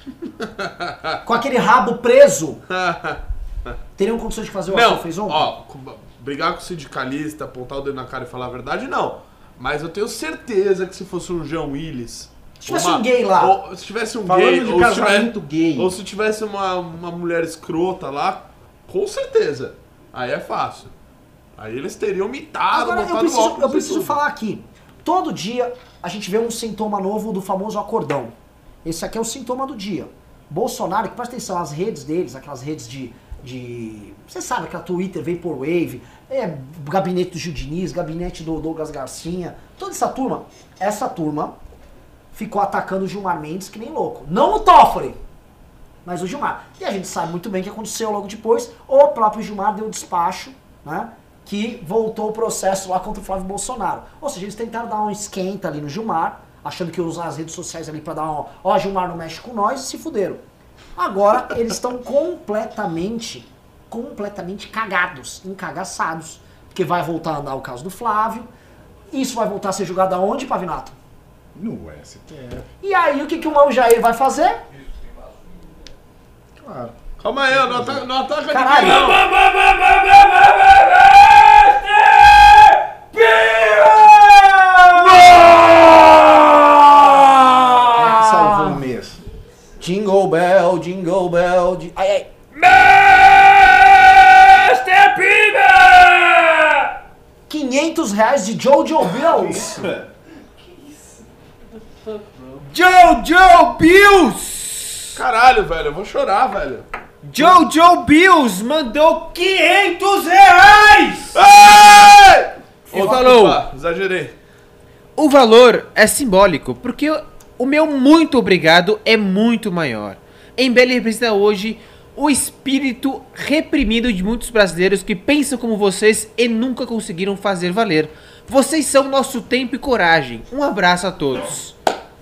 Com aquele rabo preso? Teriam condições de fazer o que o Arthur fez ontem? Ó, brigar com o sindicalista, apontar o dedo na cara e falar a verdade, não. Mas eu tenho certeza que se fosse um Jean Willis... Se tivesse um gay lá. Ou, se tivesse um Falando gay... de ou casamento gay. Ou se tivesse uma mulher escrota lá, com certeza. Aí é fácil. Aí eles teriam mitado, Agora, botado eu preciso falar aqui. Todo dia a gente vê um sintoma novo do famoso acordão. Esse aqui é o sintoma do dia. Bolsonaro, que presta atenção, as redes deles, aquelas redes de você sabe, aquela Twitter, Vaporwave, gabinete do Gil Diniz, gabinete do Douglas Garcinha, toda essa turma ficou atacando o Gilmar Mendes que nem louco. Não o Toffoli, mas o Gilmar. E a gente sabe muito bem o que aconteceu logo depois. O próprio Gilmar deu despacho, né? Que voltou o processo lá contra o Flávio Bolsonaro. Ou seja, eles tentaram dar um esquenta ali no Gilmar, achando que iam usar as redes sociais ali pra dar ó, Gilmar não mexe com nós, e se fuderam. Agora eles estão completamente cagados, encagaçados. Porque vai voltar a andar o caso do Flávio. Isso vai voltar a ser julgado aonde, Pavinato? No STF. E aí o que o Jair vai fazer? Claro. Calma aí, não ataca Caralho. ninguém, não. Salvou um mês. Jingle bell, jingle bell, ai, ai. R$500 de Jojo Bills. Jojo Bills! Caralho, velho, eu vou chorar, velho. Jojo Bills mandou R$500! E falou, Exagerei. o valor é simbólico, porque o meu muito obrigado é muito maior. MBL representa hoje o espírito reprimido de muitos brasileiros que pensam como vocês e nunca conseguiram fazer valer. Vocês são nosso tempo e coragem. Um abraço a todos.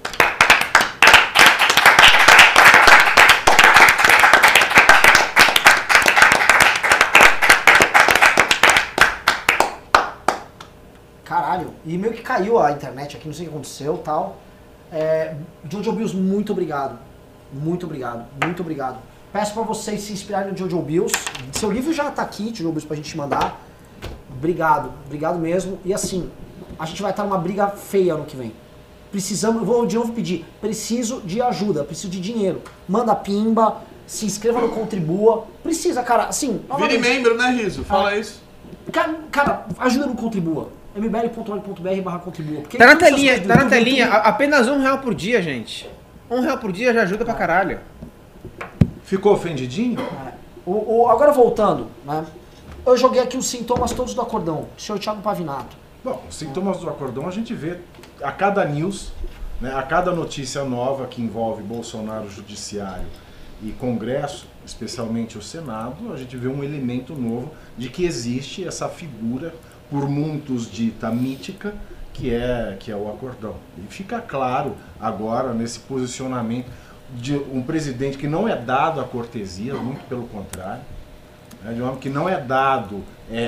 Caralho, e meio que caiu a internet aqui, não sei o que aconteceu e tal. Jojo Bills, muito obrigado. Muito obrigado, muito obrigado. Peço pra vocês se inspirarem no Jojo Bills. Seu livro já tá aqui, Jojo Bills, pra gente mandar. Obrigado, obrigado mesmo. E assim, a gente vai estar numa briga feia ano que vem. precisamos, eu vou de novo pedir, preciso de ajuda, preciso de dinheiro. Manda pimba, se inscreva no Contribua. Precisa, cara, assim... Vire novamente, membro, né, Riso? Fala isso. Cara, ajuda no Contribua. mbl.org.br/contribua. Tá na telinha, apenas R$1 por dia, gente. R$1 por dia já ajuda pra caralho. Ficou ofendidinho? Agora voltando, né? Eu joguei aqui os sintomas todos do acordão. Senhor Thiago Pavinato. Bom, os sintomas do acordão a gente vê a cada news, né, a cada notícia nova que envolve Bolsonaro, Judiciário e Congresso, especialmente o Senado, a gente vê um elemento novo de que existe essa figura, por muitos dita mítica, que é o acordão. E fica claro agora nesse posicionamento de um presidente que não é dado a cortesia, muito pelo contrário, né, de um homem que não é dado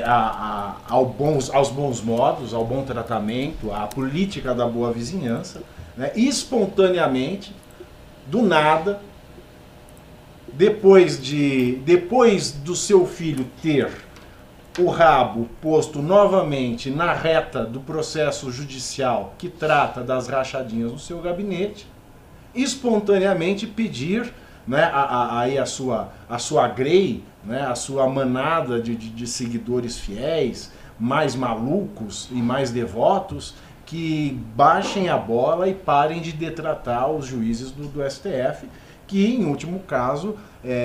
aos bons modos, ao bom tratamento, à política da boa vizinhança, né, espontaneamente, do nada, depois do seu filho ter o rabo posto novamente na reta do processo judicial que trata das rachadinhas no seu gabinete, espontaneamente pedir, né, a sua grey, né, a sua manada de seguidores fiéis, mais malucos e mais devotos, que baixem a bola e parem de detratar os juízes do STF, que em último caso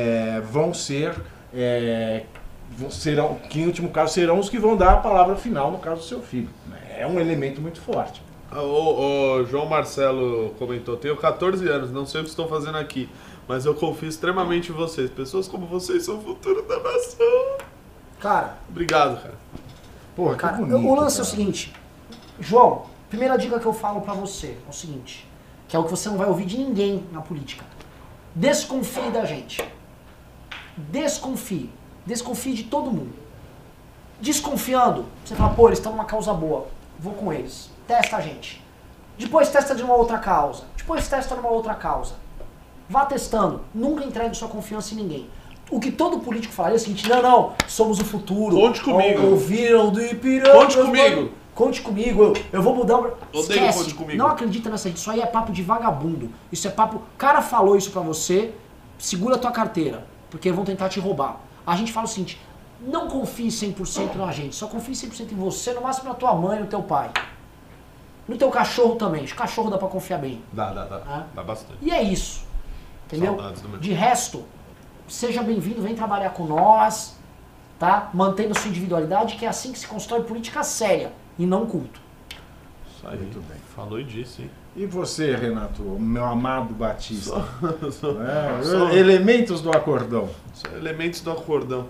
serão os que vão dar a palavra final no caso do seu filho. É um elemento muito forte. O João Marcelo comentou: tenho 14 anos, não sei o que estou fazendo aqui, mas eu confio extremamente em vocês. Pessoas como vocês são o futuro da nação. Cara... Obrigado, cara. Porra, cara, que bonito, o lance cara. é o seguinte, João, primeira dica que eu falo pra você é o seguinte, que é o que você não vai ouvir de ninguém na política. Desconfie da gente. Desconfie. Desconfie de todo mundo. Desconfiando, você fala, pô, eles estão numa causa boa, vou com eles. Testa a gente. Depois testa de uma outra causa. Depois testa numa outra causa. Vá testando. Nunca entregue sua confiança em ninguém. O que todo político falaria é o seguinte, não, somos o futuro. Conte comigo. Ouviram do Ipiranga. Conte comigo. Conte comigo, eu vou mudar o... Odeio Esquece, conte comigo. não acredita nessa gente, isso aí é papo de vagabundo. Isso é papo... O cara falou isso pra você, segura a tua carteira, porque vão tentar te roubar. A gente fala o seguinte, não confie 100% na gente, só confie 100% em você, no máximo na tua mãe e no teu pai. No teu cachorro também, o cachorro dá pra confiar bem. Dá bastante. E é isso, entendeu? Saudades do meu. De resto, seja bem-vindo, vem trabalhar com nós, tá? Mantendo sua individualidade, que é assim que se constrói política séria e não culto. Isso aí. Muito bem. Falou e disse, hein? E você, Renato, meu amado Batista? Só Elementos do acordão. elementos do acordão.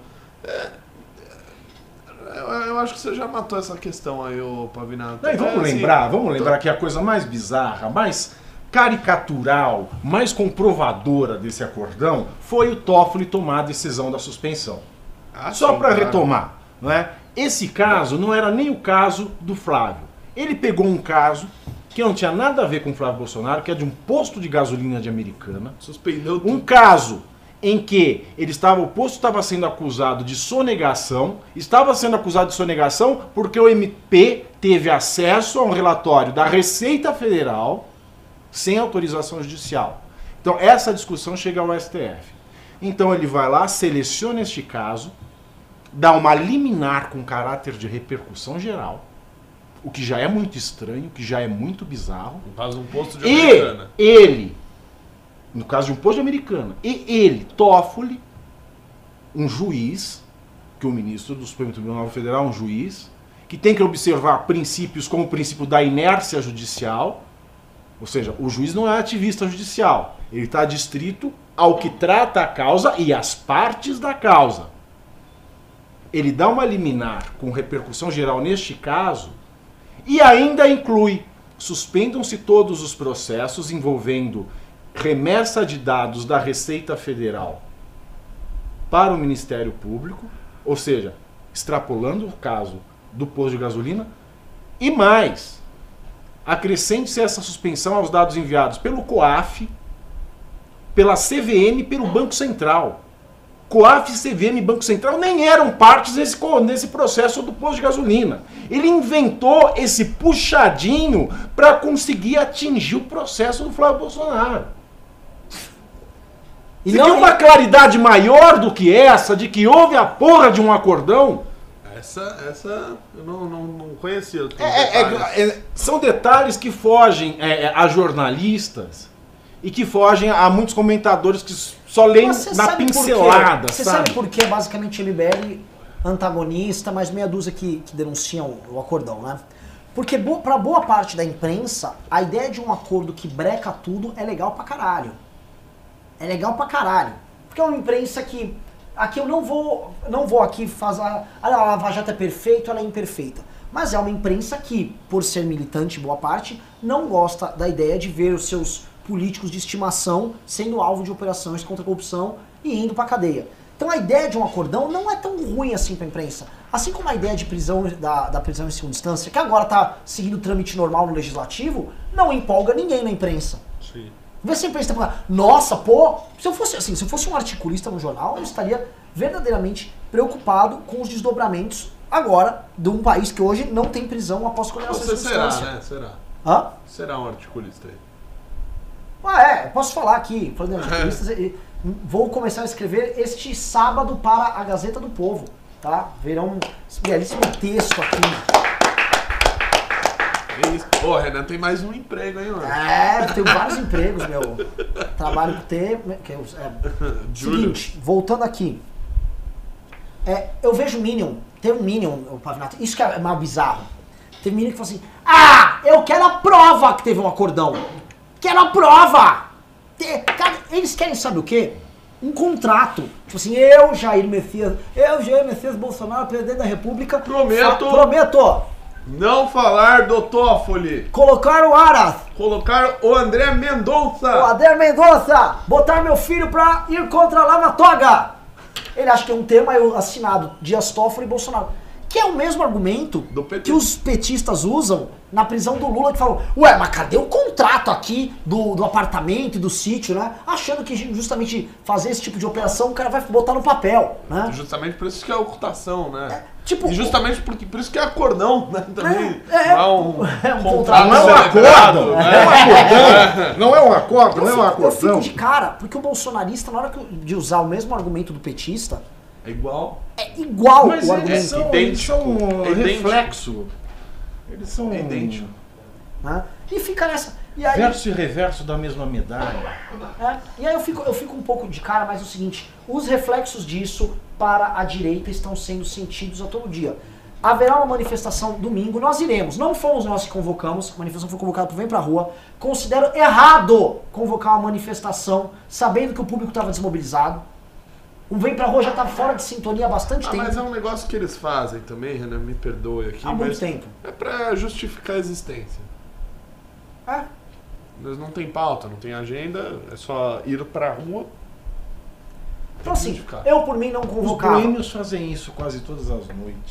Eu acho que você já matou essa questão aí, ô Pavinato. Não, e vamos lembrar que a coisa mais bizarra, mais caricatural, mais comprovadora desse acordão foi o Toffoli tomar a decisão da suspensão. Só para retomar, não é? Esse caso não era nem o caso do Flávio. Ele pegou um caso que não tinha nada a ver com o Flávio Bolsonaro, que é de um posto de gasolina de Americana. Suspendeu tudo. Um caso em que o posto estava sendo acusado de sonegação, porque o MP teve acesso a um relatório da Receita Federal sem autorização judicial. Então essa discussão chega ao STF. Então ele vai lá, seleciona este caso, dá uma liminar com caráter de repercussão geral, o que já é muito estranho, o que já é muito bizarro. No caso de um posto de Americana. E ele, no caso de um posto de Americana, e ele, Toffoli, um juiz, que o ministro do Supremo Tribunal Federal é um juiz, que tem que observar princípios como o princípio da inércia judicial, ou seja, o juiz não é ativista judicial, ele está adstrito ao que trata a causa e as partes da causa. Ele dá uma liminar com repercussão geral neste caso e ainda inclui: suspendam-se todos os processos envolvendo remessa de dados da Receita Federal para o Ministério Público, ou seja, extrapolando o caso do posto de gasolina, e mais, acrescente-se essa suspensão aos dados enviados pelo COAF, pela CVM e pelo Banco Central. COAF, CVM e Banco Central nem eram partes nesse processo do posto de gasolina. Ele inventou esse puxadinho para conseguir atingir o processo do Flávio Bolsonaro. E Você não quer uma claridade maior do que essa, de que houve a porra de um acordão? Essa eu não conhecia. São detalhes que fogem a jornalistas e que fogem a muitos comentadores que só leem Você na sabe por quê? pincelada, Você sabe? sabe por que basicamente MBL antagonista, mais meia dúzia que denunciam o acordão, né? Porque para boa parte da imprensa, a ideia de um acordo que breca tudo é legal pra caralho. É legal pra caralho. Porque é uma imprensa que... Aqui eu não vou aqui fazer... A Lava Jato é perfeita, ela é imperfeita. Mas é uma imprensa que, por ser militante, boa parte, não gosta da ideia de ver os seus políticos de estimação sendo alvo de operações contra a corrupção e indo pra cadeia. Então a ideia de um acordão não é tão ruim assim pra imprensa. Assim como a ideia de prisão da prisão em segunda instância, que agora tá seguindo o trâmite normal no legislativo, não empolga ninguém na imprensa. Sim. Vê se a imprensa tá falando, nossa, pô, se eu fosse um articulista no jornal, eu estaria verdadeiramente preocupado com os desdobramentos agora de um país que hoje não tem prisão após condenação em Você segunda será, instância. né? Será. Hã? Será um articulista aí. Posso falar aqui, falando de articulistas, vou começar a escrever este sábado para a Gazeta do Povo, tá? Verão um belíssimo texto aqui. É isso. Pô, Renan, tem mais um emprego aí, mano. Eu tenho vários empregos, meu. Trabalho com T. Seguinte, voltando aqui. Eu vejo Minion, tem um Minion, o Pavinato, isso que é mais bizarro. Teve Minion que falou assim, eu quero a prova que teve um acordão. Quero a prova! Cara, eles querem, sabe o quê? Um contrato. Tipo assim, Jair Messias Bolsonaro, presidente da República. Prometo. Não falar do Toffoli. Colocar o Aras. Colocar o André Mendonça. O André Mendonça. Botar meu filho pra ir contra a Lava Toga. Ele acha que é um tema assinado Dias Toffoli e Bolsonaro. Que é o mesmo argumento que os petistas usam na prisão do Lula, que falam, mas cadê o contrato aqui do apartamento e do sítio, né? Achando que justamente fazer esse tipo de operação o cara vai botar no papel, né? Justamente por isso que é ocultação, né? E justamente por isso que é acordão, né? Também um contrato. Não é um acordo, Não é um acordo, não é um Eu acordão. fico de cara, porque o bolsonarista, na hora de usar o mesmo argumento do petista, É igual. é igual Mas o eles argumento. são Idêntico. reflexo. Eles são Idêntico. Né? E fica nessa. E aí, verso e reverso da mesma medalha. E aí eu fico um pouco de cara, mas é o seguinte, os reflexos disso para a direita estão sendo sentidos a todo dia. Haverá uma manifestação domingo, nós iremos, não fomos nós que convocamos, a manifestação foi convocada por Vem Pra Rua, considero errado convocar uma manifestação sabendo que o público estava desmobilizado. O Vem Pra Rua já está fora de sintonia há bastante tempo. Mas é um negócio que eles fazem também, Renan, me perdoe aqui. Há muito tempo. É pra justificar a existência. Eles não tem pauta, não tem agenda, é só ir pra rua. Então assim, eu por mim não Os convocava. boêmios fazem isso quase todas as noites.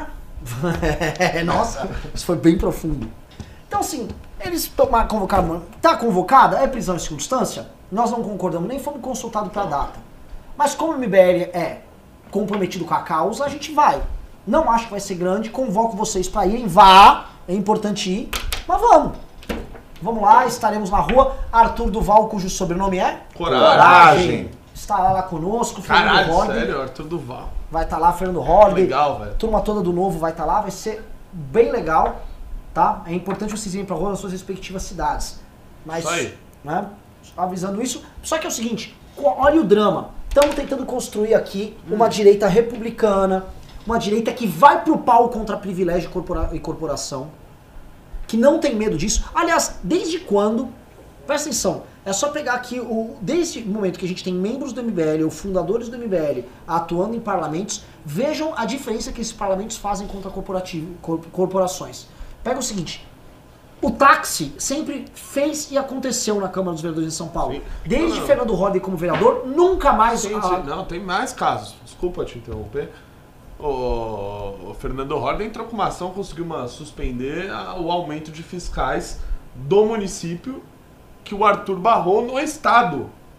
Nossa, isso foi bem profundo. Então assim, eles convocaram, tá convocada, é prisão em segunda instância, nós não concordamos, nem fomos consultados para a data. Mas como o MBL é comprometido com a causa, a gente vai. Não acho que vai ser grande, convoco vocês para irem, é importante ir, mas vamos. Vamos lá, estaremos na rua. Arthur Duval, cujo sobrenome é? Coragem. Estará lá conosco, Caralho, Horde. sério, Arthur Duval. Vai estar lá, Fernando Horde. Legal, velho. Turma toda do Novo vai estar lá, vai ser bem legal, tá? É importante vocês irem pra rua nas suas respectivas cidades. Mas, Isso aí. né, avisando isso. Só que é o seguinte, olha o drama. Estamos tentando construir aqui uma direita republicana, uma direita que vai pro pau contra privilégio e corporação, que não tem medo disso. Aliás, desde quando, presta atenção, é só pegar aqui, desde o momento que a gente tem membros do MBL, ou fundadores do MBL, atuando em parlamentos, vejam a diferença que esses parlamentos fazem contra corporações. Pega o seguinte, o táxi sempre fez e aconteceu na Câmara dos Vereadores de São Paulo. Sim. Desde Fernando Holliday como vereador, nunca mais... Não, tem mais casos. Desculpa te interromper. O Fernando Holliday entrou com uma ação, conseguiu suspender o aumento de fiscais do município que o Arthur barrou no estado.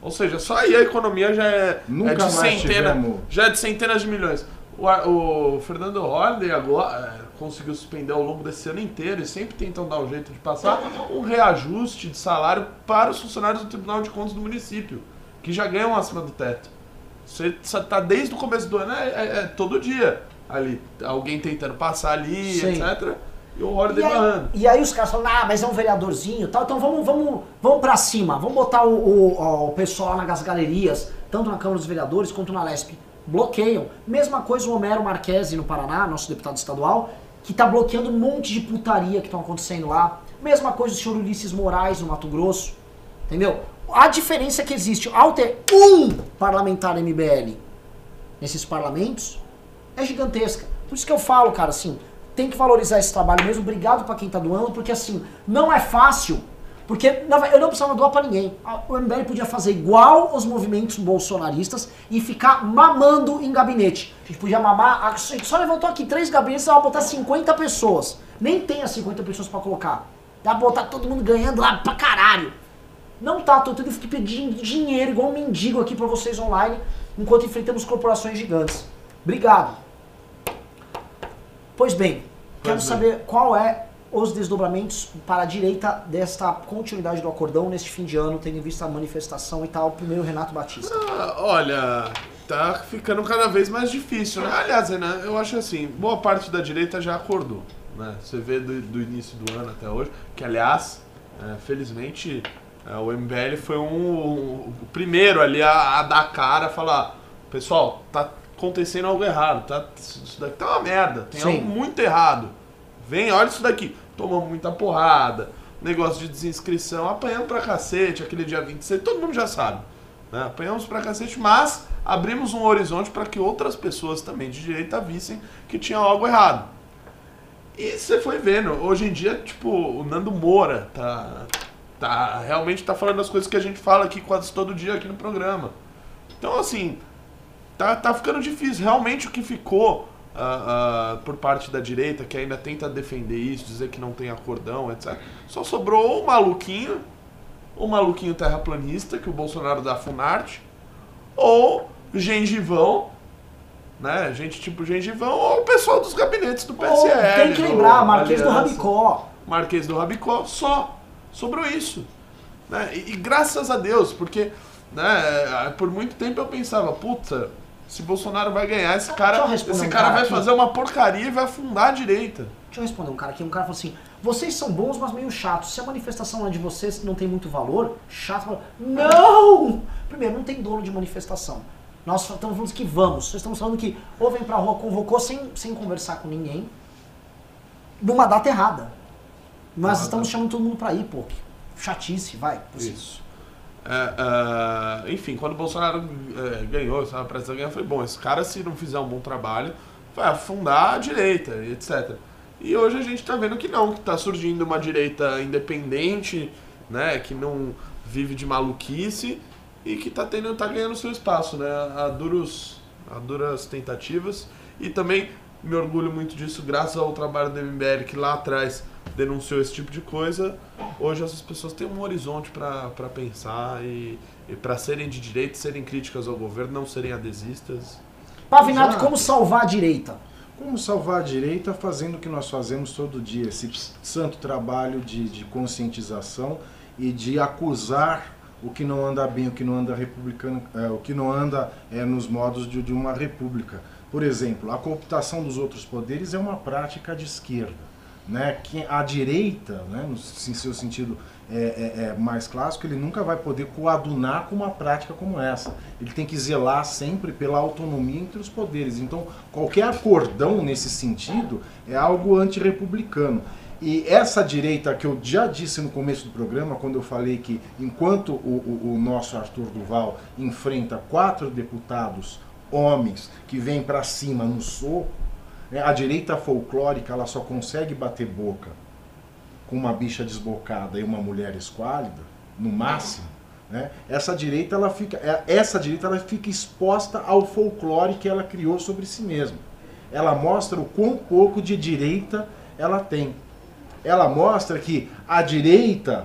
Ou seja, só aí a economia já é, Nunca de mais centenas, tivemos. já é de centenas de milhões. O Fernando Holliday agora conseguiu suspender ao longo desse ano inteiro e sempre tentam dar um jeito de passar um reajuste de salário para os funcionários do Tribunal de Contas do município, que já ganham acima do teto. Você está desde o começo do ano, todo dia ali, alguém tentando passar ali, Sim. etc. E o Holliday barrando. E aí os caras falam, mas é um vereadorzinho e tal, então vamos pra cima, vamos botar o pessoal lá nas galerias, tanto na Câmara dos Vereadores quanto na Lesp. Bloqueiam. Mesma coisa o Homero Marquesi no Paraná, nosso deputado estadual, que tá bloqueando um monte de putaria que estão acontecendo lá. Mesma coisa o senhor Ulisses Moraes no Mato Grosso. Entendeu? A diferença que existe ao ter um parlamentar MBL nesses parlamentos é gigantesca. Por isso que eu falo, cara, assim, tem que valorizar esse trabalho mesmo. Obrigado pra quem tá doando, porque assim, não é fácil. Porque eu não precisava doar pra ninguém. O MBL podia fazer igual os movimentos bolsonaristas e ficar mamando em gabinete. A gente podia mamar, a gente só levantou aqui 3 gabinetes, vai botar 50 pessoas. Nem tem as 50 pessoas pra colocar. Dá pra botar todo mundo ganhando lá pra caralho. Não tá, tô tendo que pedir dinheiro igual um mendigo aqui pra vocês online, enquanto enfrentamos corporações gigantes. Obrigado. Pois bem, quero saber qual é os desdobramentos para a direita desta continuidade do acordão neste fim de ano, tendo em vista a manifestação e tal. Primeiro, Renato Batista. Olha, tá ficando cada vez mais difícil, né? Aliás, Renan, eu acho assim, boa parte da direita já acordou, né? Você vê do início do ano até hoje, que aliás, felizmente, o MBL foi o primeiro ali a dar a cara, a falar, pessoal, tá acontecendo algo errado, tá? Isso daqui tá uma merda, tem algo muito errado. Vem, olha isso daqui. Tomamos muita porrada, negócio de desinscrição, apanhamos pra cacete, aquele dia 26, todo mundo já sabe. Né? Apanhamos pra cacete, mas abrimos um horizonte para que outras pessoas também de direita vissem que tinha algo errado. E você foi vendo, hoje em dia, tipo, o Nando Moura realmente tá falando as coisas que a gente fala aqui quase todo dia aqui no programa. Então, assim, tá ficando difícil. Realmente o que ficou por parte da direita, que ainda tenta defender isso, dizer que não tem acordão, etc. Só sobrou o maluquinho terraplanista, que o Bolsonaro dá Funarte, ou gengivão, né? Gente tipo gengivão, ou o pessoal dos gabinetes do PSL. Tem que lembrar, Marquês do Rabicó. Marquês do Rabicó, só. Sobrou isso. Né? E graças a Deus, porque né, por muito tempo eu pensava, puta, se Bolsonaro vai ganhar, esse cara vai fazer uma porcaria e vai afundar a direita. Deixa eu responder um cara aqui. Um cara falou assim, vocês são bons, mas meio chatos. Se a manifestação lá de vocês não tem muito valor, chato. Não! Primeiro, não tem dono de manifestação. Nós estamos falando que vamos. Nós estamos falando que ou vem pra rua, convocou sem conversar com ninguém, numa data errada. Mas estamos chamando todo mundo pra ir, pô. Chatice, vai. Isso. Enfim, quando o Bolsonaro ganhou, estava prestes a ganhar, foi bom. Esse cara, se não fizer um bom trabalho, vai afundar a direita, etc. E hoje a gente está vendo que não, que está surgindo uma direita independente, né, que não vive de maluquice e que tá ganhando seu espaço, né, a duras tentativas. E também me orgulho muito disso, graças ao trabalho do MBL, que lá atrás denunciou esse tipo de coisa. Hoje essas pessoas têm um horizonte para pensar e para serem de direita, serem críticas ao governo, não serem adesistas. Pavinato, Exato. como salvar a direita? Como salvar a direita fazendo o que nós fazemos todo dia, esse santo trabalho de conscientização e de acusar o que não anda bem, o que não anda republicano, o que não anda nos modos de uma república. Por exemplo, a cooptação dos outros poderes é uma prática de esquerda. Né? Que a direita, né, no seu sentido mais clássico, ele nunca vai poder coadunar com uma prática como essa. Ele tem que zelar sempre pela autonomia entre os poderes. Então, qualquer acordão nesse sentido é algo antirrepublicano. E essa direita que eu já disse no começo do programa, quando eu falei que enquanto o nosso Arthur Duval enfrenta 4 deputados homens que vêm para cima no soco, a direita folclórica ela só consegue bater boca com uma bicha desbocada e uma mulher esquálida, no máximo. Né? Essa direita ela fica exposta ao folclore que ela criou sobre si mesma. Ela mostra o quão pouco de direita ela tem. Ela mostra que a direita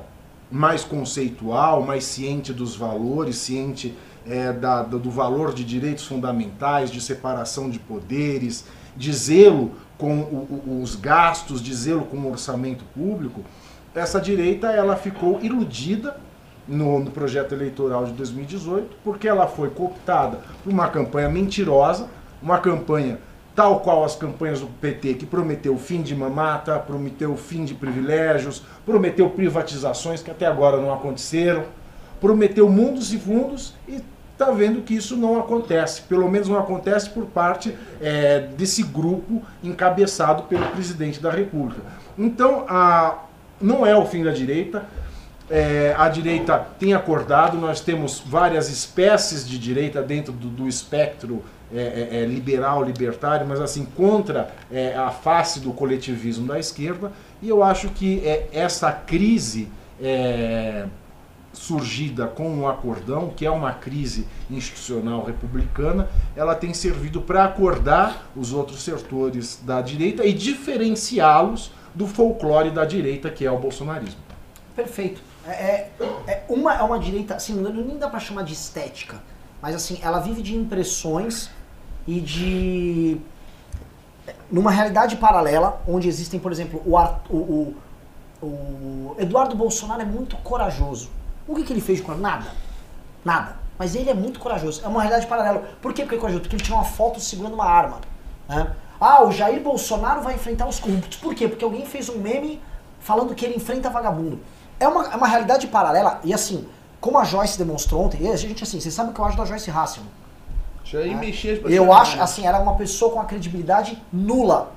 mais conceitual, mais ciente dos valores, ciente do valor de direitos fundamentais, de separação de poderes, de zelo com os gastos, de zelo com o orçamento público, essa direita ela ficou iludida no projeto eleitoral de 2018, porque ela foi cooptada por uma campanha mentirosa, uma campanha tal qual as campanhas do PT, que prometeu o fim de mamata, prometeu o fim de privilégios, prometeu privatizações que até agora não aconteceram, prometeu mundos e fundos e está vendo que isso não acontece, pelo menos não acontece por parte desse grupo encabeçado pelo presidente da República. Então, não é o fim da direita. A direita tem acordado, nós temos várias espécies de direita dentro do espectro liberal, libertário, mas assim, contra a face do coletivismo da esquerda, e eu acho que essa crise surgida com o acordão, que é uma crise institucional republicana, ela tem servido para acordar os outros setores da direita e diferenciá-los do folclore da direita, que é o bolsonarismo. Perfeito. É uma direita, assim, nem dá pra chamar de estética, mas assim, ela vive de impressões e de... numa realidade paralela, onde existem, por exemplo, o Eduardo Bolsonaro é muito corajoso. O que ele fez de corajoso? Nada. Mas ele é muito corajoso. É uma realidade paralela. Por que ele é corajoso? Porque ele tirou uma foto segurando uma arma. Né? O Jair Bolsonaro vai enfrentar os corruptos. Por quê? Porque alguém fez um meme falando que ele enfrenta vagabundo. É uma realidade paralela. E assim, como a Joyce demonstrou ontem, e a gente, assim, vocês sabem o que eu acho da Joyce Hasselman. Eu acho, assim, ela é uma pessoa com uma credibilidade nula.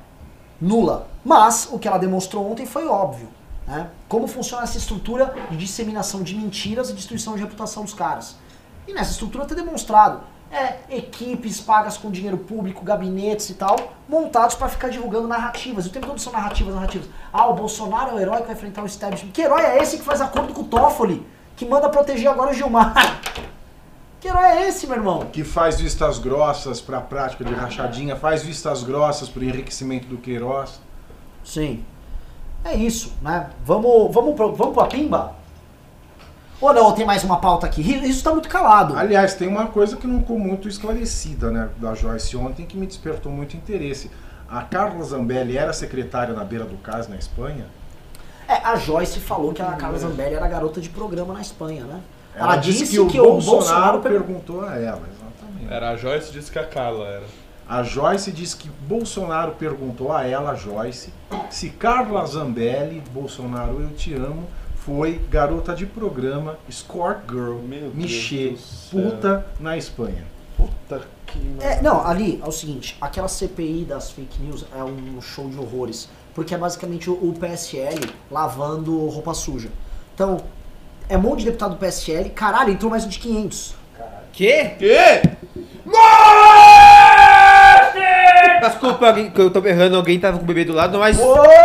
Mas o que ela demonstrou ontem foi óbvio. Né? Como funciona essa estrutura de disseminação de mentiras e destruição de reputação dos caras. E nessa estrutura está demonstrado. Equipes pagas com dinheiro público, gabinetes e tal, montados para ficar divulgando narrativas. E o tempo todo são narrativas. O Bolsonaro é o herói que vai enfrentar o establishment. Que herói é esse que faz acordo com o Toffoli? Que manda proteger agora o Gilmar? Que herói é esse, meu irmão? Que faz vistas grossas para a prática de rachadinha, faz vistas grossas para o enriquecimento do Queiroz. Sim. É isso, né? Vamos pra pimba? Ou não, tem mais uma pauta aqui? Isso tá muito calado. Aliás, tem uma coisa que não ficou muito esclarecida, né, da Joyce ontem, que me despertou muito interesse. A Carla Zambelli era secretária na beira do cais na Espanha? A Joyce falou que a Carla Zambelli era garota de programa na Espanha, né? Ela disse que o Bolsonaro perguntou a ela, exatamente. A Joyce disse que a Carla era. A Joyce disse que Bolsonaro perguntou a ela, a Joyce, se Carla Zambelli, Bolsonaro eu te amo, foi garota de programa, escort girl, Michê, puta na Espanha. Puta que... Não, ali é o seguinte, aquela CPI das fake news é um show de horrores, porque é basicamente o PSL lavando roupa suja. Então, é um monte de deputado do PSL, caralho, entrou mais um de 500. Quê? Desculpa que eu tô berrando, alguém tava com o bebê do lado, mas...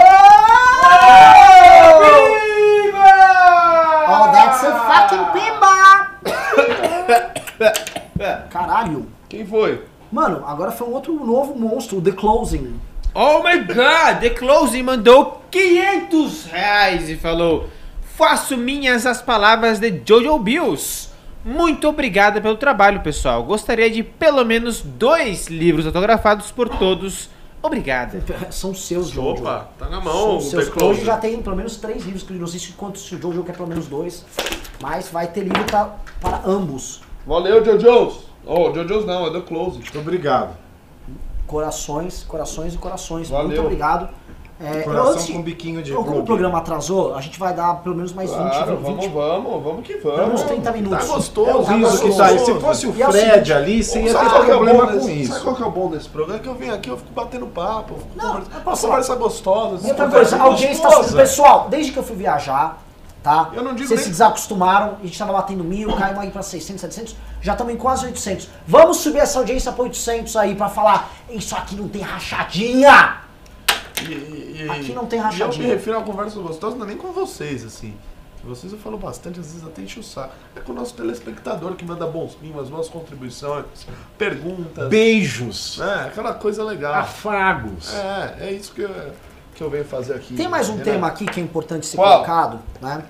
That's a fucking pimba! Caralho. Quem foi? Mano, agora foi um outro novo monstro, o The Closing. Oh my god, The Closing mandou R$500 e falou: faço minhas as palavras de Jojo Bills. Muito obrigada pelo trabalho, pessoal. Gostaria de pelo menos 2 livros autografados por todos. Obrigada. São seus, Jojo. Opa, tá na mão. São seus. Hoje já tem pelo menos 3 livros, que eu não sei se o Jojo quer pelo menos 2. Mas vai ter livro para ambos. Valeu, Jojos. Jojos não, é The Close. Muito obrigado. Corações e corações. Valeu. Muito obrigado. Coração com biquinho de como o programa atrasou, a gente vai dar pelo menos mais 20, Claro, 20 vamos que vamos. pelo menos 30 minutos. Tá gostoso. Tá gostoso. Se fosse o Fred ali, você ia ter problema com isso. Sabe qual que é o bom desse programa? É que eu venho aqui, eu fico batendo papo, eu fico Não, uma conversa gostosa. E outra coisa, a audiência tá subindo. Pessoal, desde que eu fui viajar, tá? Eu não digo Vocês nem... se desacostumaram, a gente tava batendo 1000, caímos aí pra 600, 700, já estamos em quase 800. Vamos subir essa audiência pra 800 aí pra falar, isso aqui não tem rachadinha! Aqui não tem rachadinha. Eu me refiro a uma conversa gostosa, não é nem com vocês, assim. Vocês eu falo bastante, às vezes até enche o saco. É com o nosso telespectador que manda bons mimos, boas contribuições, perguntas. Beijos. Aquela coisa legal. Afagos. É isso que eu venho fazer aqui. Tem mais um tema aqui que é importante ser Qual? colocado, né?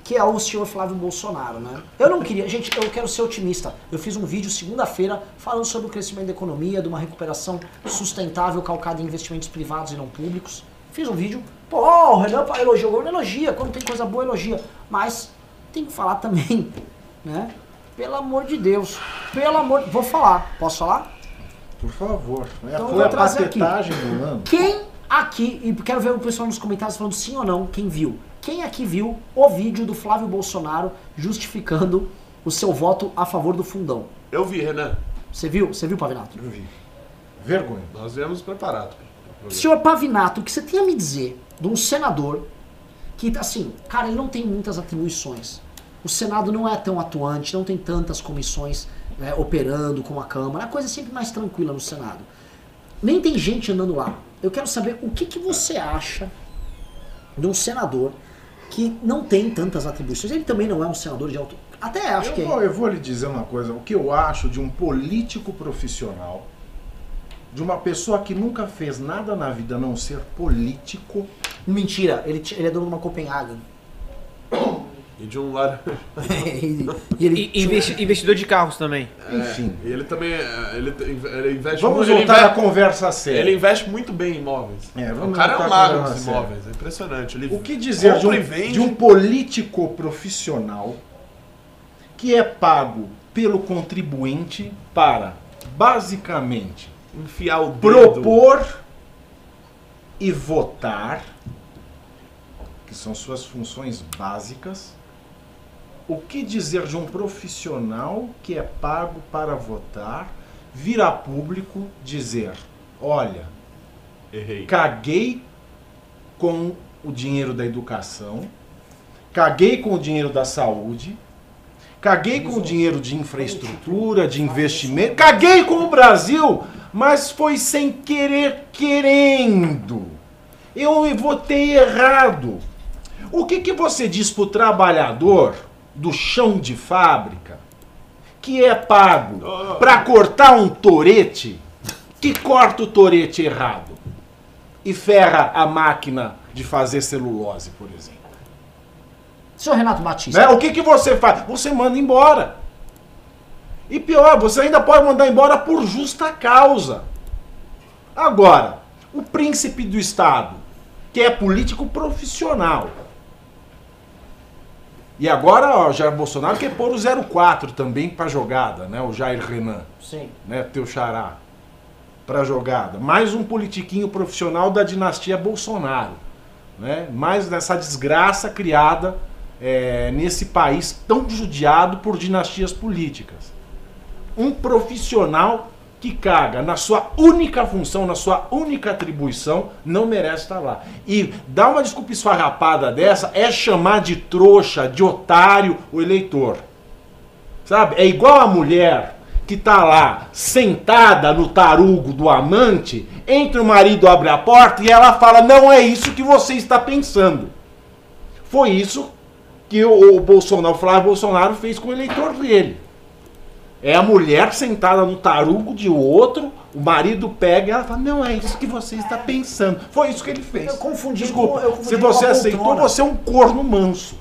que é o senhor Flávio Bolsonaro, né? Eu não queria, gente, eu quero ser otimista. Eu fiz um vídeo segunda-feira falando sobre o crescimento da economia, de uma recuperação sustentável calcada em investimentos privados e não públicos. Fiz um vídeo, pô, o Renan elogiou, o Renan elogia, quando tem coisa boa elogia, mas tem que falar também, né? Pelo amor de Deus, vou falar, posso falar? Por favor. Então eu Foi vou a trazer aqui. patetagem do ano. Quem aqui, e quero ver o pessoal nos comentários falando sim ou não, quem viu. Quem aqui viu o vídeo do Flávio Bolsonaro justificando o seu voto a favor do fundão? Eu vi, Renan. Você viu, Pavinato? Eu vi. Vergonha. Nós viemos preparados. Senhor Pavinato, o que você tem a me dizer de um senador que, assim, cara, ele não tem muitas atribuições. O Senado não é tão atuante, não tem tantas comissões operando como a Câmara. A coisa é sempre mais tranquila no Senado. Nem tem gente andando lá. Eu quero saber o que você acha de um senador que não tem tantas atribuições. Ele também não é um senador de alto... Até acho que é. Eu vou lhe dizer uma coisa. O que eu acho de um político profissional, de uma pessoa que nunca fez nada na vida a não ser político... Mentira, ele é dono de uma Copenhagen. E de um lado. Investidor de carros também. Enfim. E ele também. Ele investe Vamos muito, voltar à conversa séria. Ele investe muito bem em imóveis. O cara é um mago nos imóveis, é impressionante. Ele o que dizer de um político profissional que é pago pelo contribuinte para, basicamente, enfiar o dedo. Propor e votar, que são suas funções básicas. O que dizer de um profissional que é pago para votar, vir a público dizer, olha, errei, caguei com o dinheiro da educação, caguei com o dinheiro da saúde, caguei com o dinheiro de infraestrutura, de investimento, caguei com o Brasil, mas foi sem querer, querendo. Eu votei errado. O que você diz para o trabalhador do chão de fábrica que é pago para cortar um torete, que corta o torete errado e ferra a máquina de fazer celulose, por exemplo? Senhor Renato Batista. Né? O que você faz? Você manda embora. E pior, você ainda pode mandar embora por justa causa. Agora, o príncipe do Estado, que é político profissional. E agora, ó, o Jair Bolsonaro quer pôr o 04 também pra jogada, né? O Jair Renan. Sim. Né? Teu xará. Pra jogada. Mais um politiquinho profissional da dinastia Bolsonaro. Né? Mais dessa desgraça criada nesse país tão judiado por dinastias políticas. Um profissional que caga na sua única função, na sua única atribuição, não merece estar lá. E dar uma desculpa esfarrapada dessa é chamar de trouxa, de otário o eleitor. Sabe? É igual a mulher que tá lá sentada no tarugo do amante, entra o marido, abre a porta e ela fala, não é isso que você está pensando. Foi isso que o Bolsonaro, o Flávio Bolsonaro fez com o eleitor dele. É a mulher sentada no tarugo de outro, o marido pega e ela fala, não é isso que você está pensando. Foi isso que ele fez. Eu confundi. Desculpa, se você aceitou, você é um corno manso.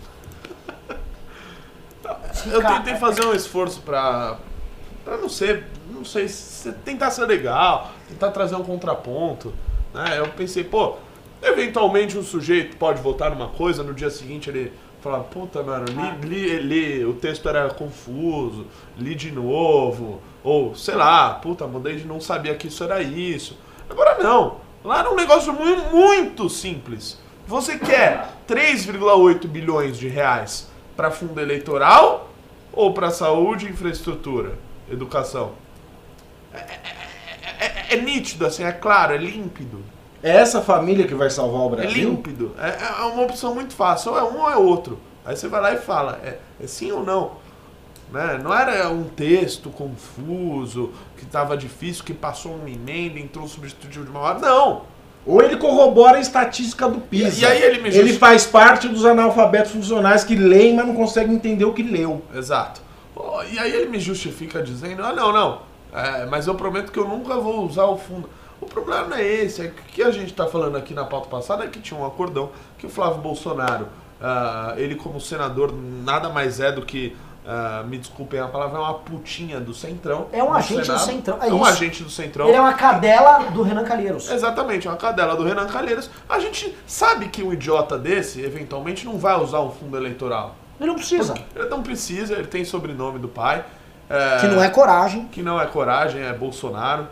Eu tentei fazer um esforço pra não sei, tentar ser legal, tentar trazer um contraponto, né? Eu pensei, pô, eventualmente um sujeito pode votar numa coisa, no dia seguinte ele fala, puta, mano, li, o texto era confuso, li de novo, ou sei lá, puta, mandei de não sabia que isso era isso. Agora não, lá era um negócio muito simples. Você quer 3,8 bilhões de reais para fundo eleitoral ou para saúde, infraestrutura, educação? É nítido, assim, é claro, é límpido. É essa família que vai salvar o Brasil? É límpido. É uma opção muito fácil. Ou é um ou é outro. Aí você vai lá e fala, é sim ou não. Né? Não era um texto confuso, que estava difícil, que passou uma emenda, entrou um substitutivo de uma hora. Não! Ou ele corrobora a estatística do PISA. E aí ele faz parte dos analfabetos funcionais que leem, mas não conseguem entender o que leu. Exato. E aí ele me justifica dizendo, não, mas eu prometo que eu nunca vou usar o fundo. O problema não é esse, é que o que a gente está falando aqui na pauta passada é que tinha um acordão que o Flávio Bolsonaro ele como senador nada mais é do que, me desculpem a palavra, é uma putinha do Centrão. É um do agente Senado. do Centrão. É um agente do Centrão. Ele é uma cadela do Renan Calheiros. Exatamente, é uma cadela do Renan Calheiros. A gente sabe que um idiota desse, eventualmente, não vai usar um fundo eleitoral. Ele não precisa. Ele não precisa, ele tem sobrenome do pai. Que não é coragem. Que não é coragem, é Bolsonaro.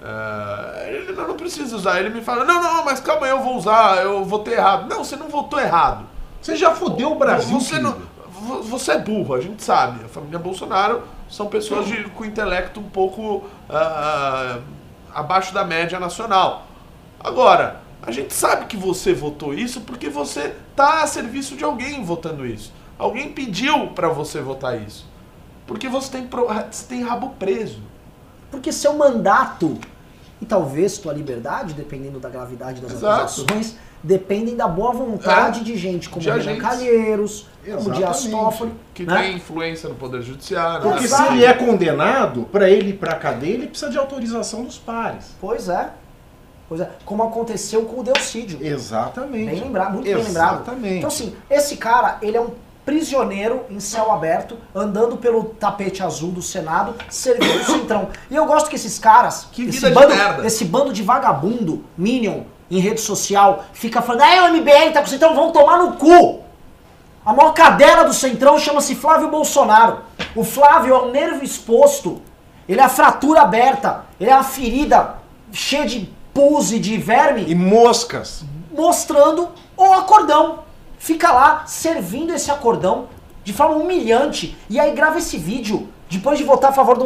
Ele não precisa usar. Ele me fala, não, mas calma aí, eu vou usar, eu votei errado. Não, você não votou errado. Você já fodeu o Brasil, Você é burro, a gente sabe. A família Bolsonaro são pessoas com intelecto um pouco abaixo da média nacional. Agora, a gente sabe que você votou isso porque você está a serviço de alguém votando isso. Alguém pediu para você votar isso. Porque você tem rabo preso. Porque seu mandato e talvez tua liberdade, dependendo da gravidade das acusações, dependem da boa vontade de gente como Renan Calheiros, como Dias Toffoli. Que tem influência no Poder Judiciário. Porque se ele é condenado, para ele ir pra cadeia, ele precisa de autorização dos pares. Pois é. Como aconteceu com o Delcídio. Exatamente. Bem lembrado, muito bem lembrado. Exatamente. Então assim, esse cara, ele é um prisioneiro em céu aberto, andando pelo tapete azul do Senado, servindo o Centrão. E eu gosto que esses caras, esse bando de vagabundo, Minion, em rede social, fica falando, o MBL tá com o Centrão, vão tomar no cu! A maior cadela do Centrão chama-se Flávio Bolsonaro. O Flávio é um nervo exposto, ele é a fratura aberta, ele é a ferida cheia de pus e de verme. E moscas. Mostrando o acordão. Fica lá servindo esse acordão de forma humilhante. E aí grava esse vídeo depois de votar a favor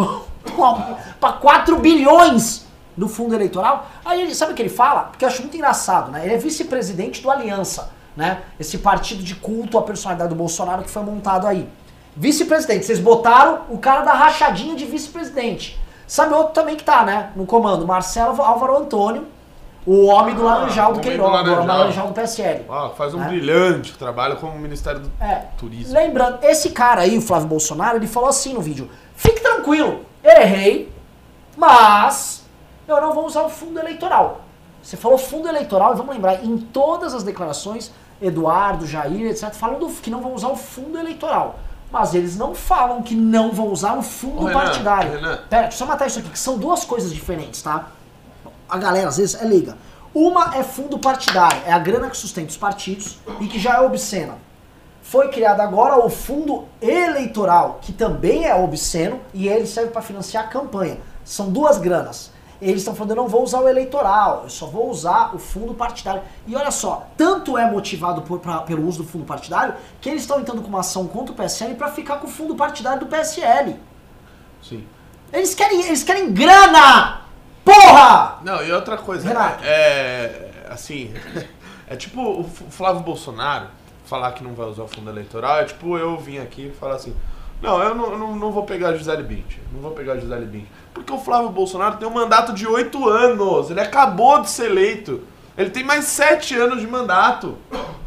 para 4 bilhões no fundo eleitoral. Aí ele sabe o que ele fala? Porque eu acho muito engraçado, né? Ele é vice-presidente do Aliança, né? Esse partido de culto à personalidade do Bolsonaro que foi montado aí. Vice-presidente, vocês botaram o cara da rachadinha de vice-presidente. Sabe outro também que tá, né? No comando, Marcelo Álvaro Antônio. O homem do Laranjal do Queiroz, o Laranjal do PSL. Faz um brilhante trabalho como Ministério do Turismo. Lembrando, esse cara aí, o Flávio Bolsonaro, ele falou assim no vídeo: fique tranquilo, eu errei, mas eu não vou usar o fundo eleitoral. Você falou fundo eleitoral, e vamos lembrar, em todas as declarações, Eduardo, Jair, etc., falam que não vão usar o fundo eleitoral. Mas eles não falam que não vão usar o fundo partidário. Pera, deixa eu só matar isso aqui, que são duas coisas diferentes, tá? A galera às vezes é leiga. Uma é fundo partidário, é a grana que sustenta os partidos e que já é obscena. Foi criado agora o fundo eleitoral, que também é obsceno e ele serve para financiar a campanha. São duas granas. Eles estão falando, eu não vou usar o eleitoral, eu só vou usar o fundo partidário. E olha só, tanto é motivado pelo uso do fundo partidário que eles estão entrando com uma ação contra o PSL para ficar com o fundo partidário do PSL. Sim. Eles querem grana! Porra! Não, e outra coisa, Renato. assim, é tipo o Flávio Bolsonaro falar que não vai usar o fundo eleitoral, é tipo eu vim aqui e falar assim, eu não vou pegar a Gisele Bündchen, porque o Flávio Bolsonaro tem um mandato de 8 anos, ele acabou de ser eleito, ele tem mais 7 anos de mandato.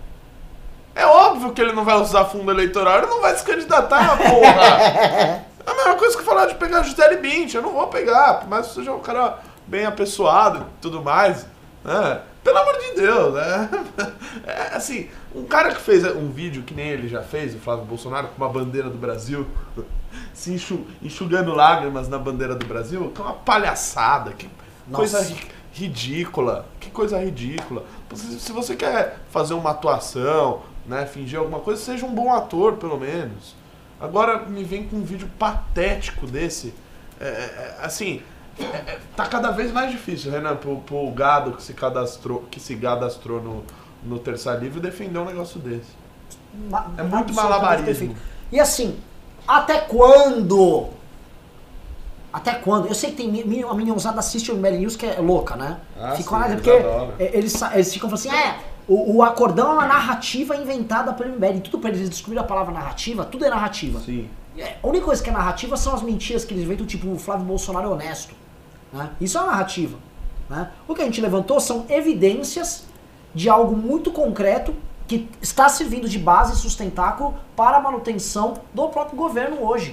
É óbvio que ele não vai usar fundo eleitoral, ele não vai se candidatar, porra! É a mesma coisa que falar de pegar a Gisele Bündchen, eu não vou pegar, por mais que seja um cara bem apessoado e tudo mais, né? Pelo amor de Deus, né? Assim, um cara que fez um vídeo que nem ele já fez, o Flávio Bolsonaro, com uma bandeira do Brasil, se enxugando lágrimas na bandeira do Brasil, que é uma palhaçada, que coisa ridícula, Se você quer fazer uma atuação, né, fingir alguma coisa, seja um bom ator, pelo menos. Agora me vem com um vídeo patético desse, assim... tá cada vez mais difícil, Renan, pro gado que se cadastrou no Terça Livre defender um negócio desse. É muito malabarismo. E assim, até quando? Eu sei que tem a minionzada assiste o MBL News que é louca, né? Porque eles ficam falando assim, o acordão é uma narrativa inventada pelo MBL. E tudo pra eles descobrirem a palavra narrativa, tudo é narrativa. Sim. A única coisa que é narrativa são as mentiras que eles inventam, tipo o Flávio Bolsonaro é honesto. Né? Isso é uma narrativa. Né? O que a gente levantou são evidências de algo muito concreto que está servindo de base e sustentáculo para a manutenção do próprio governo hoje.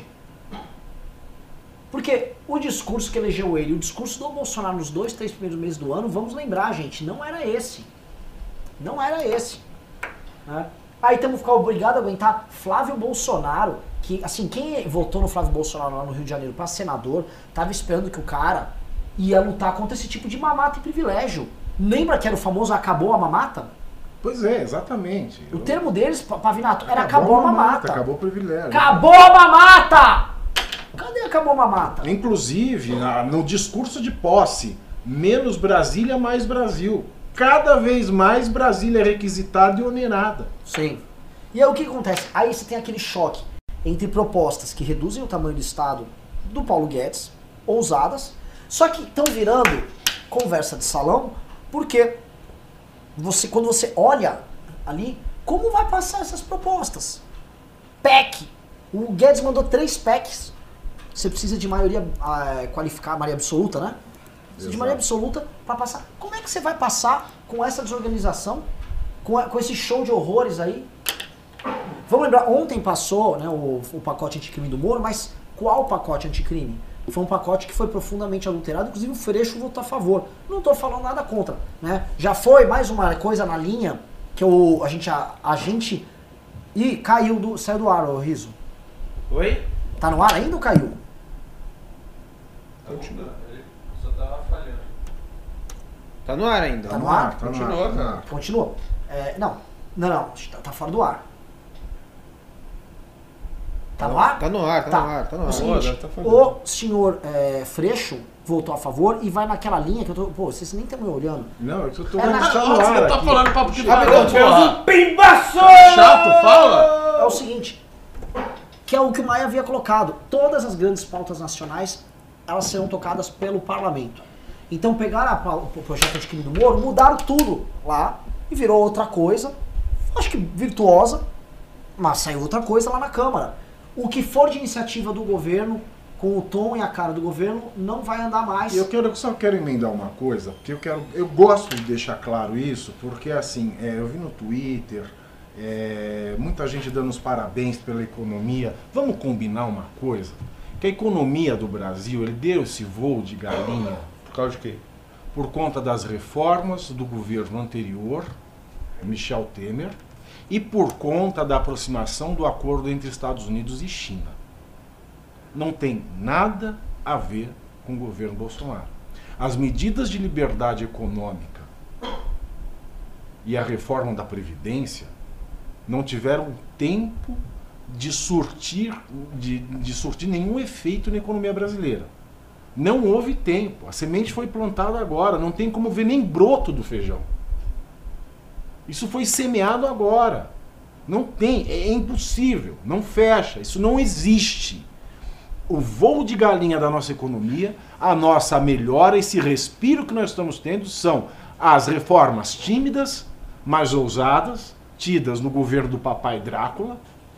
Porque o discurso que elegeu ele, o discurso do Bolsonaro nos 2, 3 primeiros meses do ano, vamos lembrar, gente, não era esse. Não era esse. Né? Aí temos que ficar obrigado a aguentar Flávio Bolsonaro, que, assim, quem votou no Flávio Bolsonaro lá no Rio de Janeiro pra senador, tava esperando que o cara ia lutar contra esse tipo de mamata e privilégio. Lembra que era o famoso acabou a mamata? Pois é, exatamente. O termo deles, Pavinato, era acabou a mamata. Acabou o privilégio. Acabou a mamata! Cadê acabou a mamata? Inclusive, no discurso de posse, menos Brasília, mais Brasil. Cada vez mais Brasília é requisitada e onerada. Sim. E aí o que acontece? Aí você tem aquele choque entre propostas que reduzem o tamanho do Estado do Paulo Guedes, ousadas, só que estão virando conversa de salão, porque quando você olha ali, como vai passar essas propostas? PEC. O Guedes mandou 3 PECs. Você precisa de maioria qualificada, maioria absoluta, né? Precisa de maioria absoluta para passar. Como é que você vai passar com essa desorganização, com esse show de horrores aí? Vamos lembrar, ontem passou, né, o pacote anticrime do Moro, mas qual pacote anticrime? Foi um pacote que foi profundamente adulterado, inclusive o Freixo votou a favor. Não estou falando nada contra, né? Já foi mais uma coisa na linha que a gente... Ih, saiu do ar, ô Riso. Oi? Tá no ar ainda ou caiu? Continua. Ele só tava falhando. Tá no ar ainda. Tá no ar? Tá no Continua, ar, cara. Continua. Não, tá fora do ar. Tá no ar? Tá no ar, tá no ar, tá no É o ar. seguinte, Deve tá falhando. o senhor Freixo votou a favor e vai naquela linha que eu tô... Pô, vocês nem estão me olhando. Não, eu tô É na- vendo que tá no Nossa, ar você tá aqui. falando papo de Rapidão, vamos tivemos lá. um pimbaço! Chato, fala! É o seguinte, que é o que o Maia havia colocado. Todas as grandes pautas nacionais, elas serão tocadas pelo parlamento. Então pegaram o projeto de crime do Moro, mudaram tudo lá e virou outra coisa, acho que virtuosa, mas saiu outra coisa lá na Câmara. O que for de iniciativa do governo, com o tom e a cara do governo, não vai andar mais. Eu só quero emendar uma coisa, porque eu gosto de deixar claro isso, porque assim, eu vi no Twitter, muita gente dando os parabéns pela economia. Vamos combinar uma coisa, que a economia do Brasil, ele deu esse voo de galinha Por causa de quê? por conta das reformas do governo anterior, Michel Temer, e por conta da aproximação do acordo entre Estados Unidos e China. Não tem nada a ver com o governo Bolsonaro. As medidas de liberdade econômica e a reforma da Previdência não tiveram tempo de surtir nenhum efeito na economia brasileira. Não houve tempo. A semente foi plantada agora. Não tem como ver nem broto do feijão. Isso foi semeado agora. Não tem. É impossível. Não fecha. Isso não existe. O voo de galinha da nossa economia, a nossa melhora, esse respiro que nós estamos tendo são as reformas tímidas, mais ousadas, tidas no governo do papai Drácula,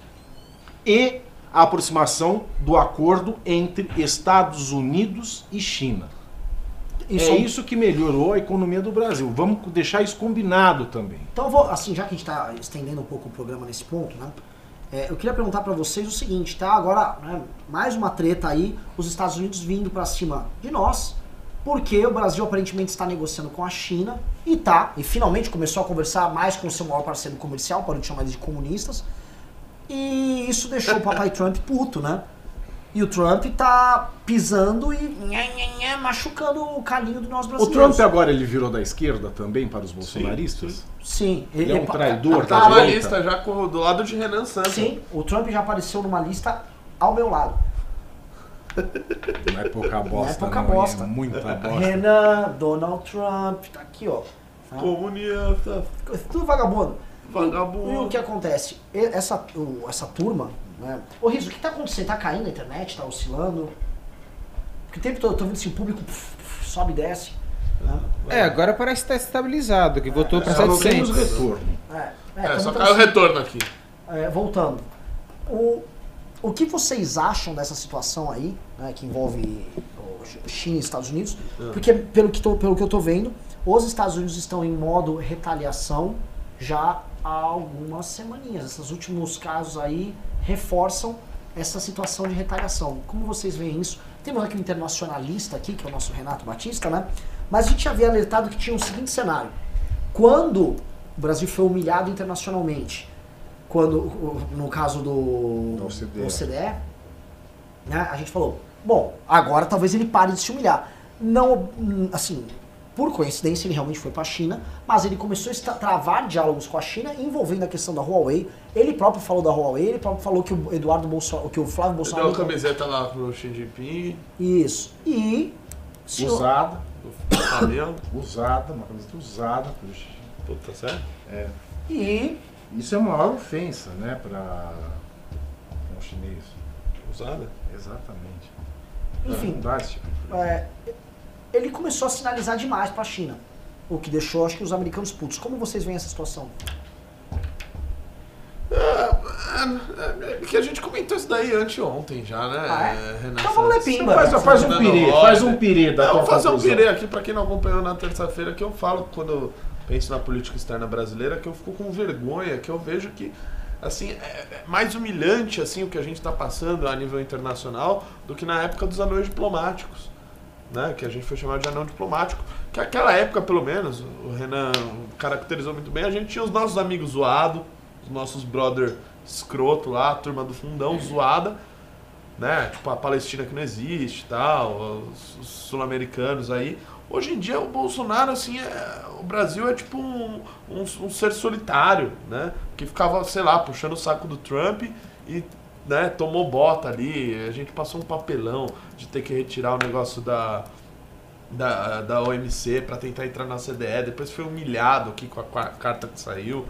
e a aproximação do acordo entre Estados Unidos e China. Isso que melhorou a economia do Brasil. Vamos deixar isso combinado também. Então eu vou, assim, já que a gente está estendendo um pouco o programa nesse ponto, né? Eu queria perguntar para vocês o seguinte, tá? Agora, né, mais uma treta aí, os Estados Unidos vindo para cima de nós, porque o Brasil aparentemente está negociando com a China e finalmente começou a conversar mais com o seu maior parceiro comercial, para não chamar eles de comunistas, e isso deixou o papai Trump puto, né? E o Trump tá pisando e machucando o calinho de nós O brasileiros. Trump agora ele virou da esquerda também para os bolsonaristas? Sim. Ele é um traidor Tá da na direita? lista já do lado de Renan Santos. Sim, o Trump já apareceu numa lista ao meu lado. Não é pouca bosta, Não é pouca hein? bosta. É muita bosta. Renan, Donald Trump, tá aqui, ó. Tá? Comunista, Tudo vagabundo. E o vagabundo. que acontece? Essa turma, né? Ô Riso, o que tá acontecendo? Tá caindo a internet? Tá oscilando? Porque o tempo todo eu tô vendo assim, o público sobe e desce. Né? Agora parece que tá estabilizado, que voltou para Só não temos 700. retorno. Só estamos caiu o retorno aqui. voltando. O que vocês acham dessa situação aí, né, que envolve China e Estados Unidos? Porque, pelo que eu tô vendo, os Estados Unidos estão em modo retaliação já há algumas semaninhas. Esses últimos casos aí reforçam essa situação de retaliação. Como vocês veem isso? Temos aqui um internacionalista aqui, que é o nosso Renato Batista, né? Mas a gente havia alertado que tinha o seguinte cenário. Quando o Brasil foi humilhado internacionalmente no caso do OCDE. OCDE, né, a gente falou, bom, agora talvez ele pare de se humilhar. Não, assim, por coincidência ele realmente foi para a China, mas ele começou a travar diálogos com a China envolvendo a questão da Huawei. Ele próprio falou da Huawei, ele próprio falou que o Eduardo Bolsonaro, que o Flávio Deu Bolsonaro... uma camiseta lá pro Xi Jinping, Isso. E... Usada, do Flamengo. usada, uma camiseta usada. Puta, sério? E... Isso é uma maior ofensa, né, para um chinês. Usada? Exatamente. Enfim, Não dá esse tipo de coisa. ele começou a sinalizar demais para a China, o que deixou, acho que, os americanos putos. Como vocês veem essa situação? Que a gente comentou isso daí anteontem já, né, Ah, é? Renan? Então vamos ler pimba. Faz um pirê, faz um pirê da tua Vamos fazer um conclusão. pirê aqui pra quem não acompanhou na terça-feira, que eu falo quando eu penso na política externa brasileira, que eu fico com vergonha, que eu vejo que, assim, é mais humilhante, assim, o que a gente tá passando a nível internacional do que na época dos anões diplomáticos, né, que a gente foi chamado de anão diplomático, que aquela época, pelo menos, o Renan caracterizou muito bem, a gente tinha os nossos amigos zoados, os nossos brother escroto lá, a turma do fundão zoada, né, tipo a Palestina que não existe e tal, os sul-americanos aí. Hoje em dia o Bolsonaro, assim, o Brasil é tipo um ser solitário, né, que ficava, sei lá, puxando o saco do Trump e, né, tomou bota ali, a gente passou um papelão de ter que retirar o negócio da OMC para tentar entrar na CDE, depois foi humilhado aqui com a carta que saiu.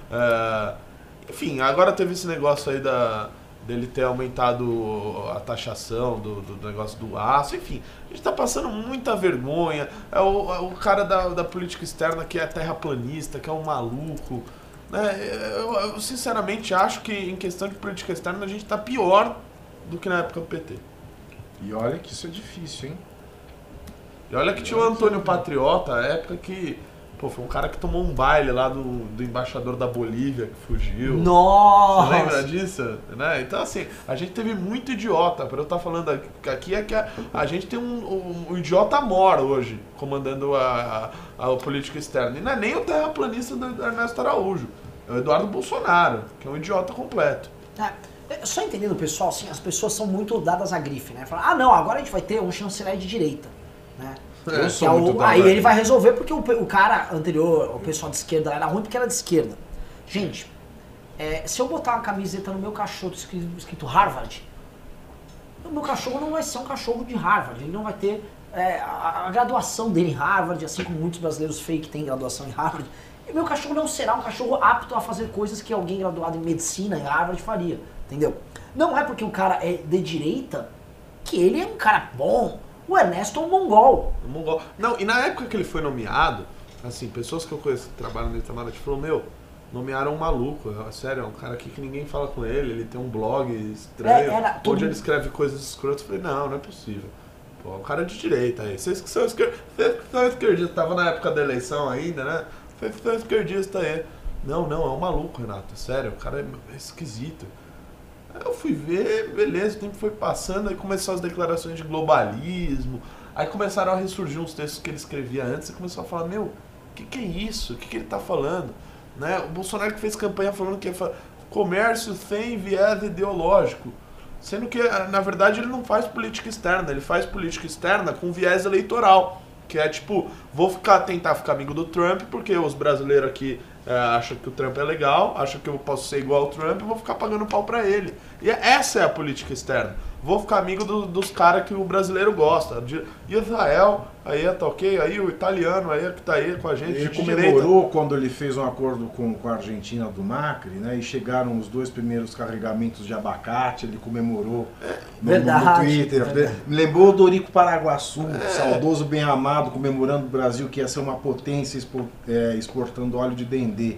Enfim, agora teve esse negócio aí dele ter aumentado a taxação do negócio do aço, enfim, a gente tá passando muita vergonha, é o cara da política externa que é terraplanista, que é um maluco, né? Eu sinceramente acho que em questão de política externa a gente tá pior do que na época do PT. E olha que isso é difícil, hein? E olha que tinha o Antônio Patriota, a época que, pô, foi um cara que tomou um baile lá do embaixador da Bolívia que fugiu. Nossa! Você lembra disso? Né? Então, assim, a gente teve muito idiota. Para eu estar falando aqui é que a gente tem um idiota mor hoje comandando a política externa. E não é nem o terraplanista do Ernesto Araújo, é o Eduardo Bolsonaro, que é um idiota completo. Só entendendo, pessoal, assim, as pessoas são muito dadas à grife, né? Falam, não, agora a gente vai ter um chanceler de direita, né? Eu sou muito dado aí à ele vai resolver porque o cara anterior, o pessoal de esquerda era ruim porque era de esquerda. Gente, se eu botar uma camiseta no meu cachorro escrito Harvard, o meu cachorro não vai ser um cachorro de Harvard, ele não vai ter a graduação dele em Harvard, assim como muitos brasileiros fake têm graduação em Harvard. E o meu cachorro não será um cachorro apto a fazer coisas que alguém graduado em medicina em Harvard faria, entendeu? Não é porque o cara é de direita que ele é um cara bom. O Ernesto é um mongol. Não, e na época que ele foi nomeado, assim, pessoas que eu conheço que trabalham no Itamaraty falaram, nomearam um maluco, sério, é um cara aqui que ninguém fala com ele tem um blog estranho, onde ele escreve coisas escrotas. Eu falei, não é possível. Pô, o cara é de direita aí. Vocês que são esquerdistas, tava na época da eleição ainda, né? Vocês que são esquerdistas aí. Não, é um maluco, Renato, sério, o cara é esquisito. Aí eu fui ver, beleza, o tempo foi passando, aí começaram as declarações de globalismo, aí começaram a ressurgir uns textos que ele escrevia antes e começou a falar, o que é isso? O que ele tá falando? Né? O Bolsonaro que fez campanha falando que comércio sem viés ideológico, sendo que, na verdade, ele não faz política externa, ele faz política externa com viés eleitoral, que é tipo, tentar ficar amigo do Trump, porque os brasileiros aqui acham que o Trump é legal, acham que eu posso ser igual ao Trump e vou ficar pagando pau pra ele. E essa é a política externa. Vou ficar amigo dos caras que o brasileiro gosta. De Israel, aí tá ok, aí o italiano aí que tá aí com a gente. Ele de comemorou direita. quando ele fez um acordo com a Argentina do Macri, né? E chegaram os 2 primeiros carregamentos de abacate, ele comemorou no Twitter. Me lembrou o Dorico Paraguaçu, saudoso bem amado, comemorando o Brasil que ia ser uma potência exportando óleo de dendê.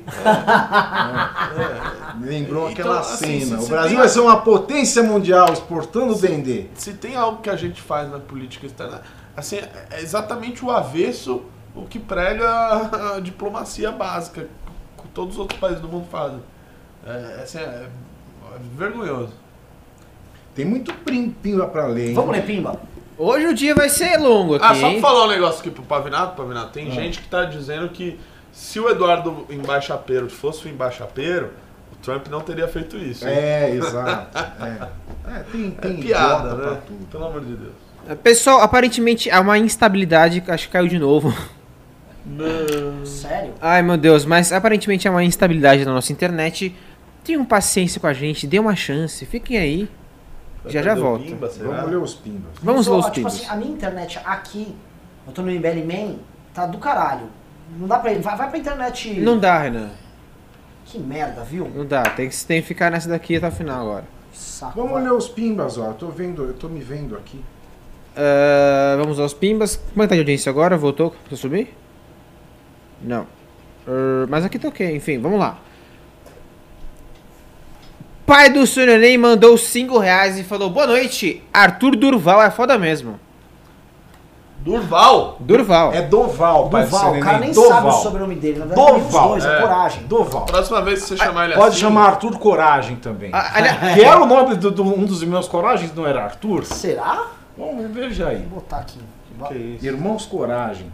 Me lembrou Então, aquela assim, cena. se O Brasil tem- vai ser uma potência mundial exportando dendê. Se tem algo que a gente faz na política externa, assim, é exatamente o avesso o que prega a diplomacia básica, que todos os outros países do mundo fazem. É vergonhoso. Tem muito pimba pra ler, hein? Vamos ler pimba? Hoje o dia vai ser longo aqui, Só pra hein? falar um negócio aqui pro Pavinato, tem gente que tá dizendo que se o Eduardo Embaixapeiro fosse o Embaixapeiro, O Trump não teria feito isso. Exato. Tem piada, idiota pra né? tudo. Pelo amor de Deus. Pessoal, aparentemente há uma instabilidade, acho que caiu de novo. Sério? Ai meu Deus, mas aparentemente há uma instabilidade na nossa internet. Tenham paciência com a gente, dê uma chance, fiquem aí. Já Cadê o volta. Pimba, será? Vamos ler os pimbas. Vamos ver os Tipo pimbas. assim, a minha internet aqui, eu tô no MBL Man, tá do caralho. Não dá pra ir. Vai pra internet. Não dá, Renan. Que merda, viu? Não dá, tem que ficar nessa daqui até o final agora. Saco. Vamos ler os pimbas, ó. Eu tô me vendo aqui. Vamos aos pimbas. Como é que tá de audiência agora? Voltou? Pra subir? Não. Mas aqui tá ok, enfim, vamos lá. Pai do seu neném mandou R$5 e falou: boa noite, Arthur Durval é foda mesmo. Durval? Durval. É Doval, pai do seu Duval, o neném. cara nem Doval. sabe o sobrenome dele. Na verdade, nem os Doval, dois, é coragem. Doval. Próxima vez que você chamar ele Pode assim... chamar Arthur Coragem também. Aliás, Que era o nome de um dos meus coragens, não era Arthur? Será? Vamos veja aí. Vou botar aqui. Que isso? Irmãos Coragem.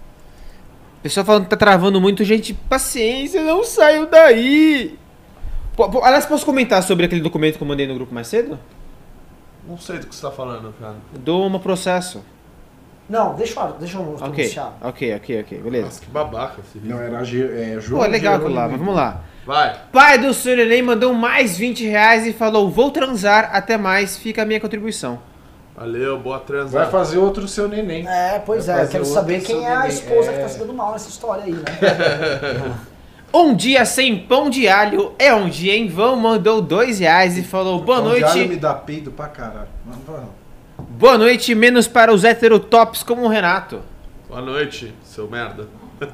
o pessoal falando que tá travando muito. Gente, paciência, não saiu daí. Aliás, posso comentar sobre aquele documento que eu mandei no grupo mais cedo? Não sei do que você tá falando, cara. Dou um processo. Não, deixa eu Ok, pronunciar. ok, beleza. Nossa, que babaca esse vídeo. Não, era João. Pô, é legal aquilo Jerônimo. lá, mas vamos lá. Vai. Pai do seu neném mandou mais R$20 e falou: vou transar, até mais, fica a minha contribuição. Valeu, boa transa. Vai fazer outro seu neném. É, pois Vai é, eu fazer quero outro saber quem seu é a neném. esposa que tá se dando mal nessa história aí, né? Um dia sem pão de alho é um dia em vão, mandou R$2 e falou: boa Pão de alho noite. me dá peido pra caralho. Mas não vai não. Boa noite, menos para os heterotops como o Renato. Boa noite, seu merda.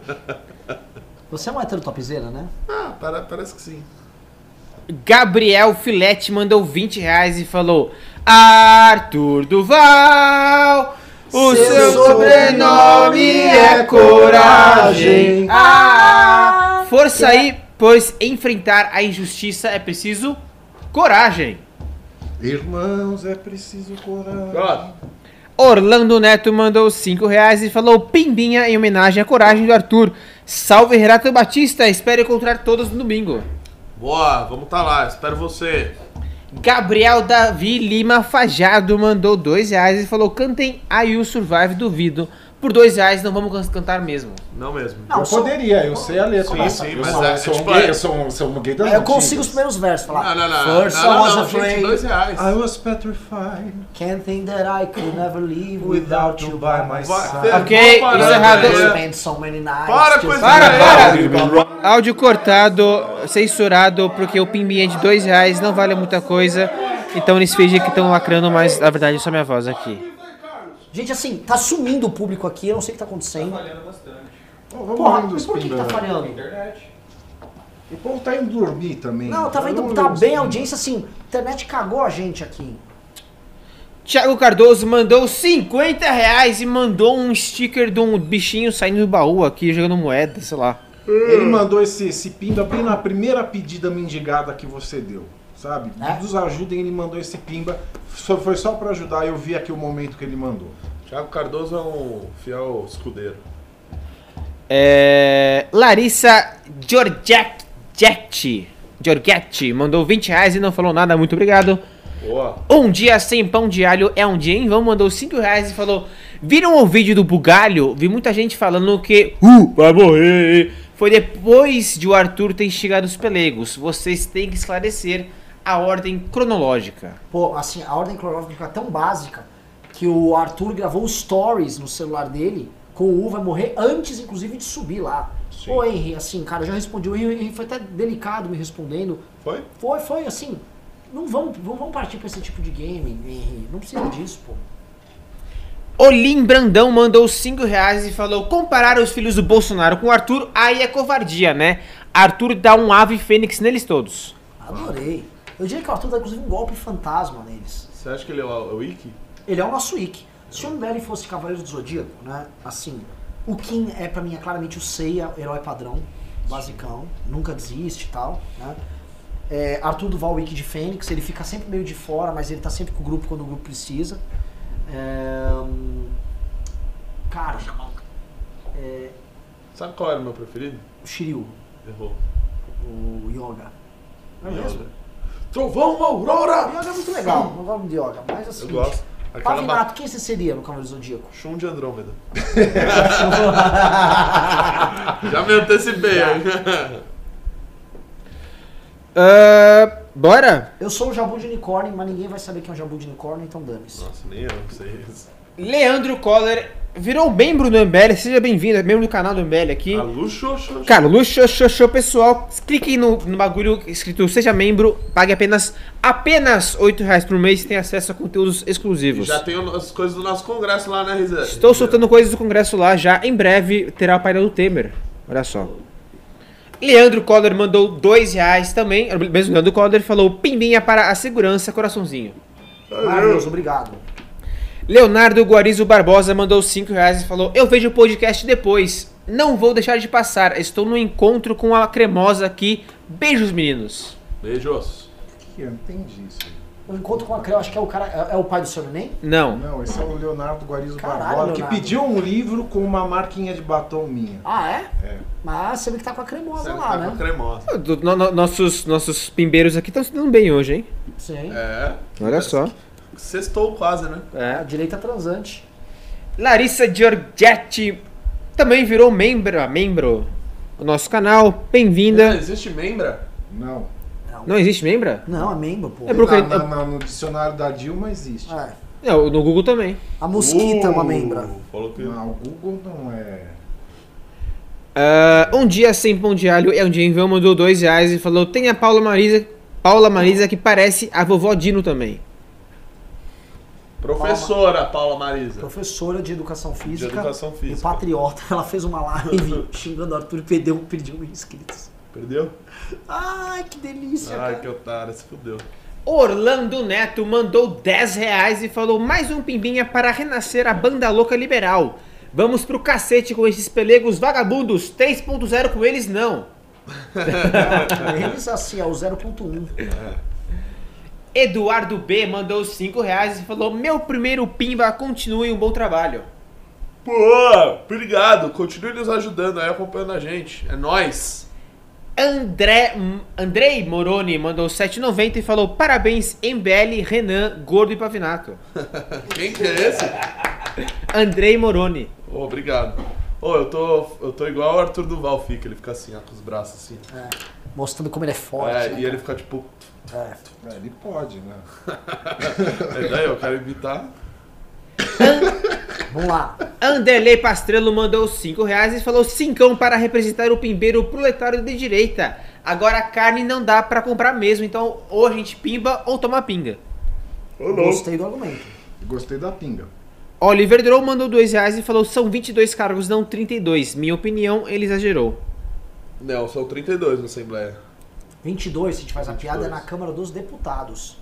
Você é uma heterotopzeira, né? Ah, parece que sim. Gabriel Filete mandou R$20 e falou: Arthur Duval, o seu sobrenome é Coragem. Força aí, pois enfrentar a injustiça é preciso coragem. Irmãos, é preciso coragem. Pronto. Orlando Neto mandou R$5 e falou: pimbinha em homenagem à coragem do Arthur. Salve Renato Batista, espero encontrar todos no domingo. Boa, vamos tá lá, espero você. Gabriel Davi Lima Fajado mandou R$2 e falou: cantem I Will Survive, duvido. Por R$2 não vamos cantar mesmo. Não mesmo. Não, Eu poderia, eu sei a letra. Sim, sim, mas eu é sou um tipo, gay, eu sou um gay das Eu antigas. consigo os primeiros versos falar. Não, First I was afraid, gente, R$2. I was petrified can't think that I could never live without you by my side. Ok, Vamos isso parar, é errado. né? Spent so many nights Para just com esse Para! Áudio cortado, censurado, porque o pimbinha é de R$2 não vale muita coisa. Então eles fingem que estão lacrando, mas na verdade é só minha voz aqui. Gente, assim, tá sumindo o público aqui, eu não sei o que tá acontecendo. Falhando bastante. Vamos Porra, lendo mas os por que tá pimbas. falhando? Internet. O povo tá indo dormir também. Não, eu tava indo, Vamos tá ler os bem a pimbas. audiência, assim, a internet cagou a gente aqui. Thiago Cardoso mandou R$50 e mandou um sticker de um bichinho saindo do baú aqui, jogando moeda, sei lá. Ele mandou esse pimba bem na primeira pedida mendigada que você deu, sabe? É? Nos ajudem, ele mandou esse pimba. Foi só pra ajudar, eu vi aqui o momento que ele mandou. Thiago Cardoso é um fiel escudeiro. Larissa Giorgetti mandou R$20 e não falou nada, muito obrigado. Boa. Um dia sem pão de alho é um dia em vão, mandou R$5 e falou: viram o vídeo do Bugalho? Vi muita gente falando que vai morrer. Foi depois de o Arthur ter chegado os pelegos. Vocês têm que esclarecer a ordem cronológica. Pô, assim, a ordem cronológica é tão básica que o Arthur gravou stories no celular dele com o vai morrer antes, inclusive, de subir lá. Sim. Ô, Henry, assim, cara, eu já respondi. O Henry foi até delicado me respondendo. Foi? Foi, assim, não vamos partir pra esse tipo de game, Henry. Não precisa disso, pô. Olim Brandão mandou R$5 e falou: comparar os filhos do Bolsonaro com o Arthur, aí é covardia, né? Arthur dá um ave fênix neles todos. Adorei. Eu diria que o Arthur dá, inclusive, um golpe fantasma neles. Você acha que ele é o Wiki? Ele é o nosso Ikki. Se o MBL fosse Cavaleiro do Zodíaco, né, assim, o Kim é pra mim é claramente o Seiya, herói padrão, basicão, nunca desiste e tal, né. Arthur Duval, Ikki de Fênix, ele fica sempre meio de fora, mas ele tá sempre com o grupo quando o grupo precisa. Cara, Sabe qual era o meu preferido? o Shiryu, Errou. o Yoga. Não é mesmo? Trovão Aurora! Yoga é muito legal, não gosto de Yoga, mas assim. Eu gosto. Aquela Pavinato, quem você seria no Cavaleiro do Zodíaco? Shun de Andrômeda. Já me antecipei aí. Bora? Eu sou o Jabu de Unicórnio, mas ninguém vai saber quem é o Jabu de Unicórnio, então dane-se. Nossa, nem eu sei isso. Leandro Coller virou membro do MBL, seja bem-vindo, é membro do canal do MBL aqui. Cara, luxo, pessoal, clique no bagulho escrito seja membro, pague apenas R$8 por mês e tem acesso a conteúdos exclusivos. Já tem as coisas do nosso congresso lá, né, Rizé? Estou soltando coisas do congresso lá já, em breve terá o painel do Temer, olha só. Leandro Coller mandou R$2 também, o mesmo Leandro Coller falou pimbinha para a segurança, coraçãozinho. Maravilhoso, obrigado. Leonardo Guarizo Barbosa mandou R$5 e falou: eu vejo o podcast depois, não vou deixar de passar, estou no encontro com a cremosa aqui, beijos meninos. Beijos. Eu não entendi isso. O encontro com a Creu, acho que é o cara, é o pai do seu neném? Não. Não, esse é o Leonardo Guarizo Caralho, Barbosa, que Leonardo. pediu um livro com uma marquinha de batom minha. Ah, é? É. Mas você vê que tá com a cremosa Você lá, tá né? com a cremosa. Nossos pimbeiros aqui estão se dando bem hoje, hein? Sim. É. Olha só. Sextou quase, né? A direita transante. Larissa Giorgetti também virou membro do nosso canal, bem-vinda. Existe membra? Não. Não existe membra? Não, é membro, pô. É porque- No dicionário da Dilma existe. É. Não, no Google também. A Mosquita é uma membra. Falou que... Não, o Google não é... Um dia sem pão de alho é um dia em vão, mandou R$2 e falou: tem a Paula Marisa que parece a vovó Dino também. Professora Paula Marisa. Professora de Educação Física. Educação Física. E patriota. Ela fez uma live xingando o Arthur e perdeu 1.000 inscritos. Perdeu? Ai, que delícia, Ai, cara. que otário, se fudeu. Orlando Neto mandou R$10 e falou: mais um pimbinha para renascer a banda louca liberal. Vamos pro cacete com esses pelegos vagabundos. 3.0 com eles não. Eles, assim, é o 0.1. Eduardo B mandou R$5 e falou: meu primeiro pimba, continue um bom trabalho. Pô, obrigado. Continue nos ajudando aí, acompanhando a gente. É nóis. Andrei Moroni mandou R$7,90 e falou: parabéns MBL, Renan, Gordo e Pavinato. Quem que é esse? Andrei Moroni. Ô, obrigado. Ô, eu tô igual o Arthur Duval fica. Ele fica assim, ó, com os braços assim. É, mostrando como ele é forte. É, né, e ele fica tipo... É. Ele pode, né? É, daí eu quero imitar. Vamos lá. Anderley Pastrello mandou R$5 e falou: cincão para representar o pimbeiro proletário de direita. Agora a carne não dá pra comprar mesmo, então ou a gente pimba ou toma pinga. Gostei do argumento. Gostei da pinga. Oliver Drow mandou R$2 e falou: são 22 cargos, não 32. Minha opinião, ele exagerou. Não, são 32 na Assembleia. 22, se a gente faz a 22. piada, é na Câmara dos Deputados.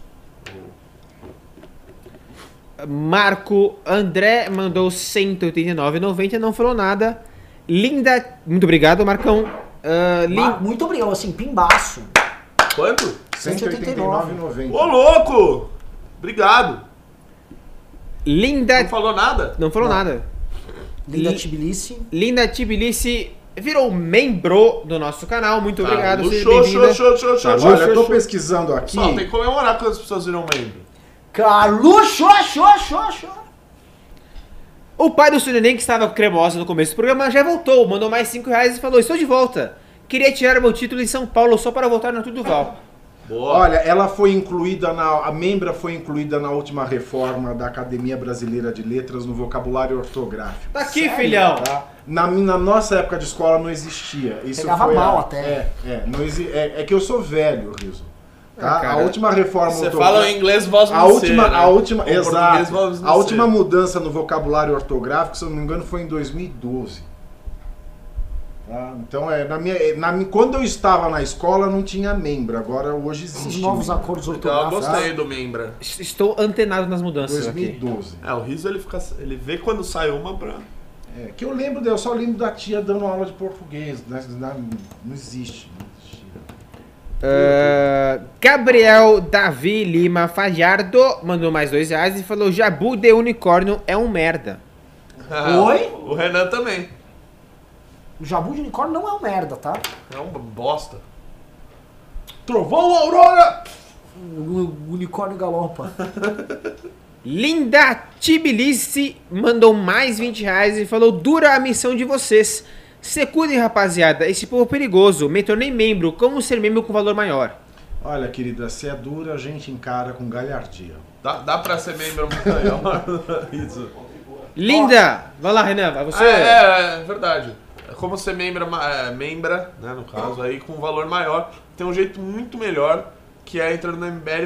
Marco André mandou R$189,90, não falou nada. Linda, muito obrigado, Marcão. Muito obrigado, assim, pimbaço. Quanto? R$189,90. Ô, louco! Obrigado. Linda, Não falou nada? não falou nada. Linda Tbilisi. Linda Tbilisi virou membro do nosso canal, muito obrigado, seja Show, bem-vinda. show. Olha, eu tô pesquisando aqui. Só, tem que comemorar quando as pessoas viram membro. Carluxo, show. O pai do Neném, que estava cremosa no começo do programa, já voltou, mandou mais R$5 e falou: estou de volta. Queria tirar meu título em São Paulo só para voltar no Tudo Val. Boa. Olha, ela foi incluída a membra foi incluída na última reforma da Academia Brasileira de Letras no vocabulário ortográfico. Tá aqui, filhão. Tá? Na nossa época de escola não existia. Isso Pegava foi mal até. É que eu sou velho, Riso. Tá? cara, A última reforma Você fala em inglês, voz a última, Ou exato. português, voz A última mudança no vocabulário ortográfico, se eu não me engano, foi em 2012. Tá? Então, quando eu estava na escola não tinha membro, agora hoje existe. Esses novos membro. acordos Então, eu ortográficos. gostei do membra. Estou antenado nas mudanças aqui. 2012. É, o Riso ele vê quando sai uma pra... É, que eu só lembro da tia dando aula de português, né? Não existe. Gabriel Davi Lima Fajardo mandou mais R$2 e falou: Jabu de unicórnio é um merda. Oi? O Renan também. O Jabu de Unicórnio não é um merda, tá? É um bosta. Trovão, Aurora! O unicórnio galopa. Linda Tbilisi mandou mais 20 reais e falou: dura a missão de vocês. Se cuidem, rapaziada. Esse povo é perigoso. Me tornei membro. Como ser membro com valor maior? Olha, querida, se é dura, a gente encara com galhardia. Dá pra ser membro maior. Isso. Linda! Vai lá, Renan. Vai você. É verdade. É como ser membra, né, no caso, aí com um valor maior. Tem um jeito muito melhor, que é entrando no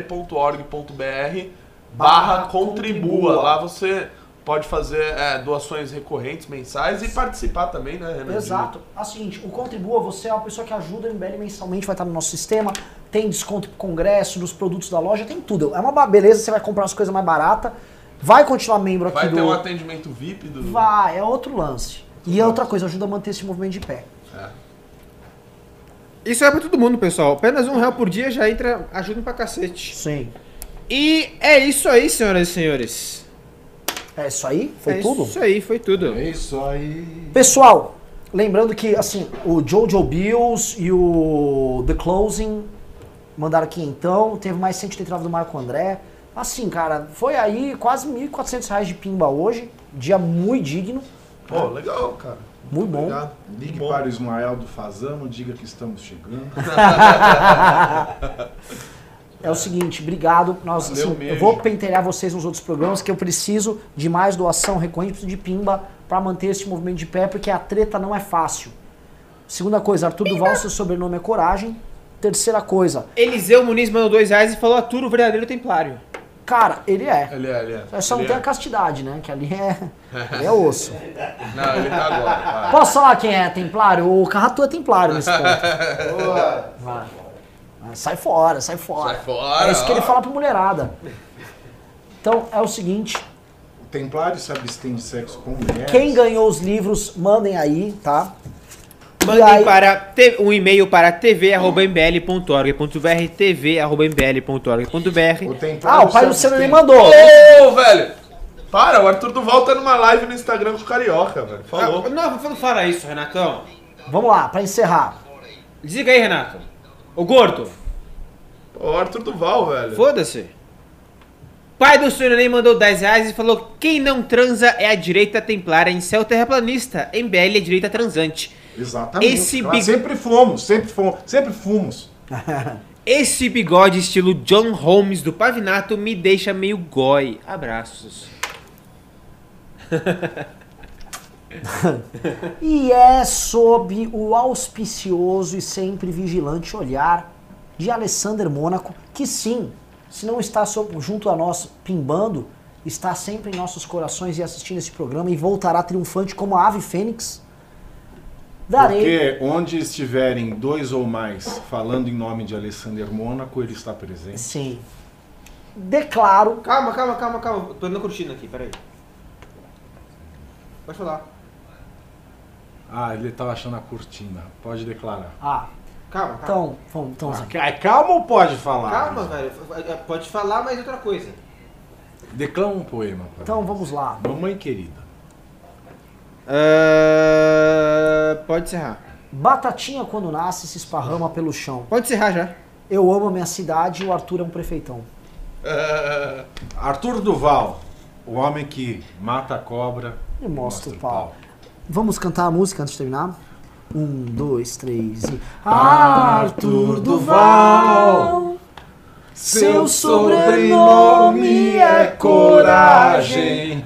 mbl.org.br/contribua. Lá você pode fazer doações recorrentes, mensais e participar também, né, Renan? Exato. É o seguinte, o Contribua, você é uma pessoa que ajuda o MBL mensalmente, vai estar no nosso sistema, tem desconto pro congresso, nos produtos da loja, tem tudo. É uma beleza, você vai comprar as coisas mais baratas, vai continuar membro aqui Vai do... ter um atendimento VIP do... Vai, é outro lance. E é outra coisa, ajuda a manter esse movimento de pé. Isso é pra todo mundo, pessoal. Apenas R$1 por dia já entra, ajuda pra cacete. Sim. E é isso aí, senhoras e senhores. É isso aí? Foi tudo? Isso aí, foi tudo. É isso aí. Pessoal, lembrando que, assim, o Jojo Bills e o The Closing mandaram aqui então, teve mais 189 do Marco André. Assim, cara, foi aí quase R$1.400 de pimba hoje, dia muito digno. Pô, legal, cara. Muito bom. Obrigado. Ligue Bom. para o Ismael do Fazano, diga que estamos chegando. É o seguinte, obrigado. Nós, Valeu assim, eu mesmo. vou pentelhar vocês nos outros programas, que eu preciso de mais doação recorrente, preciso de pimba para manter esse movimento de pé, porque a treta não é fácil. Segunda coisa, Arthur Duval, seu sobrenome é Coragem. Terceira coisa, Eliseu Muniz mandou R$2 e falou: Arthur, o verdadeiro templário. cara, ele é. Ele é. Só não Ele tem é. a castidade, né? Que ali é osso. Não, ele tá agora. Vai. Posso falar quem é templário? O Carratu é templário nesse ponto. Vai. Sai fora, sai fora. Sai fora, É isso que ele ó. fala pra mulherada. Então, é o seguinte, O Templário se abstém de sexo com mulheres. quem ganhou os livros, mandem aí, tá? Mandem aí- um e-mail para tv@mbl.org.br, tv@mbl.org.br. O Templário Ah, o pai se Luciano me abstém- mandou. Ô, velho! Para, o Arthur Duval tá numa live no Instagram com o Carioca, velho. Falou. Não fala isso, Renatão. Vamos lá, pra encerrar. Desliga aí, Renato. Ô gordo, Ô, Arthur Duval, velho. foda-se. Pai do Sonho nem mandou R$10 e falou: quem não transa é a direita templária em céu terraplanista. MBL é direita transante. Exatamente. Esse Claro, big- sempre fomos. Esse bigode estilo John Holmes do Pavinato me deixa meio goi. Abraços. E é sob o auspicioso e sempre vigilante olhar de Alessander Mônaco, que sim, se não está junto a nós pimbando, está sempre em nossos corações e assistindo esse programa e voltará triunfante como a ave fênix. Darei. Porque onde estiverem dois ou mais falando em nome de Alessander Mônaco, ele está presente. Sim. Declaro. Calma. Tô indo curtindo aqui, peraí. Pode falar. Ah, ele estava achando a cortina. Pode declarar. Ah, Calma. então, vamos aqui. Calma ou pode falar? Calma, velho. Pode falar, mas outra coisa. Declama um poema. pra Então nós. vamos lá. Mamãe querida. Pode encerrar. Batatinha quando nasce se esparrama pelo chão. Pode encerrar já. Eu amo a minha cidade e o Arthur é um prefeitão. Arthur Duval, o homem que mata a cobra E mostra o pau. Vamos cantar a música antes de terminar? 1, 2, 3 e... Arthur Duval, seu sobrenome é coragem.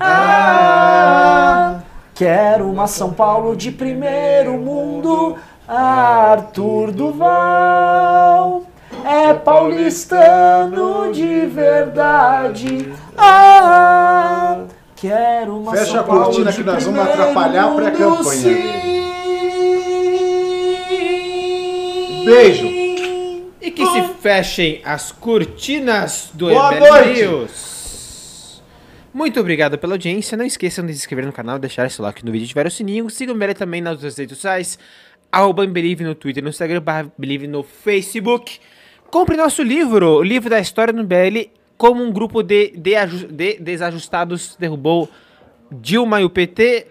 Quero uma São Paulo de primeiro mundo. Arthur Duval é paulistano de verdade. Quero uma Fecha São a Paulo cortina de que nós vamos primeiro atrapalhar a mundo, pré-campanha. sim. Beijo. E que se fechem as cortinas do Boa MBL noite. News. Muito obrigado pela audiência. Não esqueçam de se inscrever no canal, deixar seu like no vídeo e ativar o sininho. Sigam o MBL também nas outras redes sociais. @Believe no Twitter, no Instagram, /Believe no Facebook. Compre nosso livro, o livro da história do MBL, como um grupo de desajustados derrubou Dilma e o PT,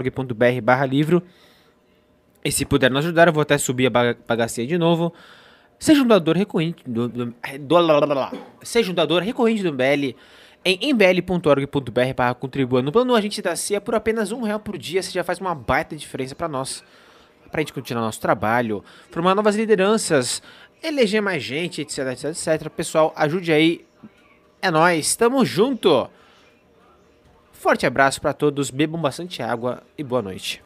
mbl.org.br/livro. E se puder nos ajudar, eu vou até subir a bagacinha de novo. Seja um doador recorrente seja um doador recorrente do MBL em mbl.org.br/contribua. No plano Agente da CIA, por apenas R$1 por dia, você já faz uma baita diferença para nós. Pra gente continuar nosso trabalho, formar novas lideranças, eleger mais gente, etc, etc, etc. Pessoal, ajude aí. É nóis, tamo junto. Forte abraço pra todos, bebam bastante água e boa noite.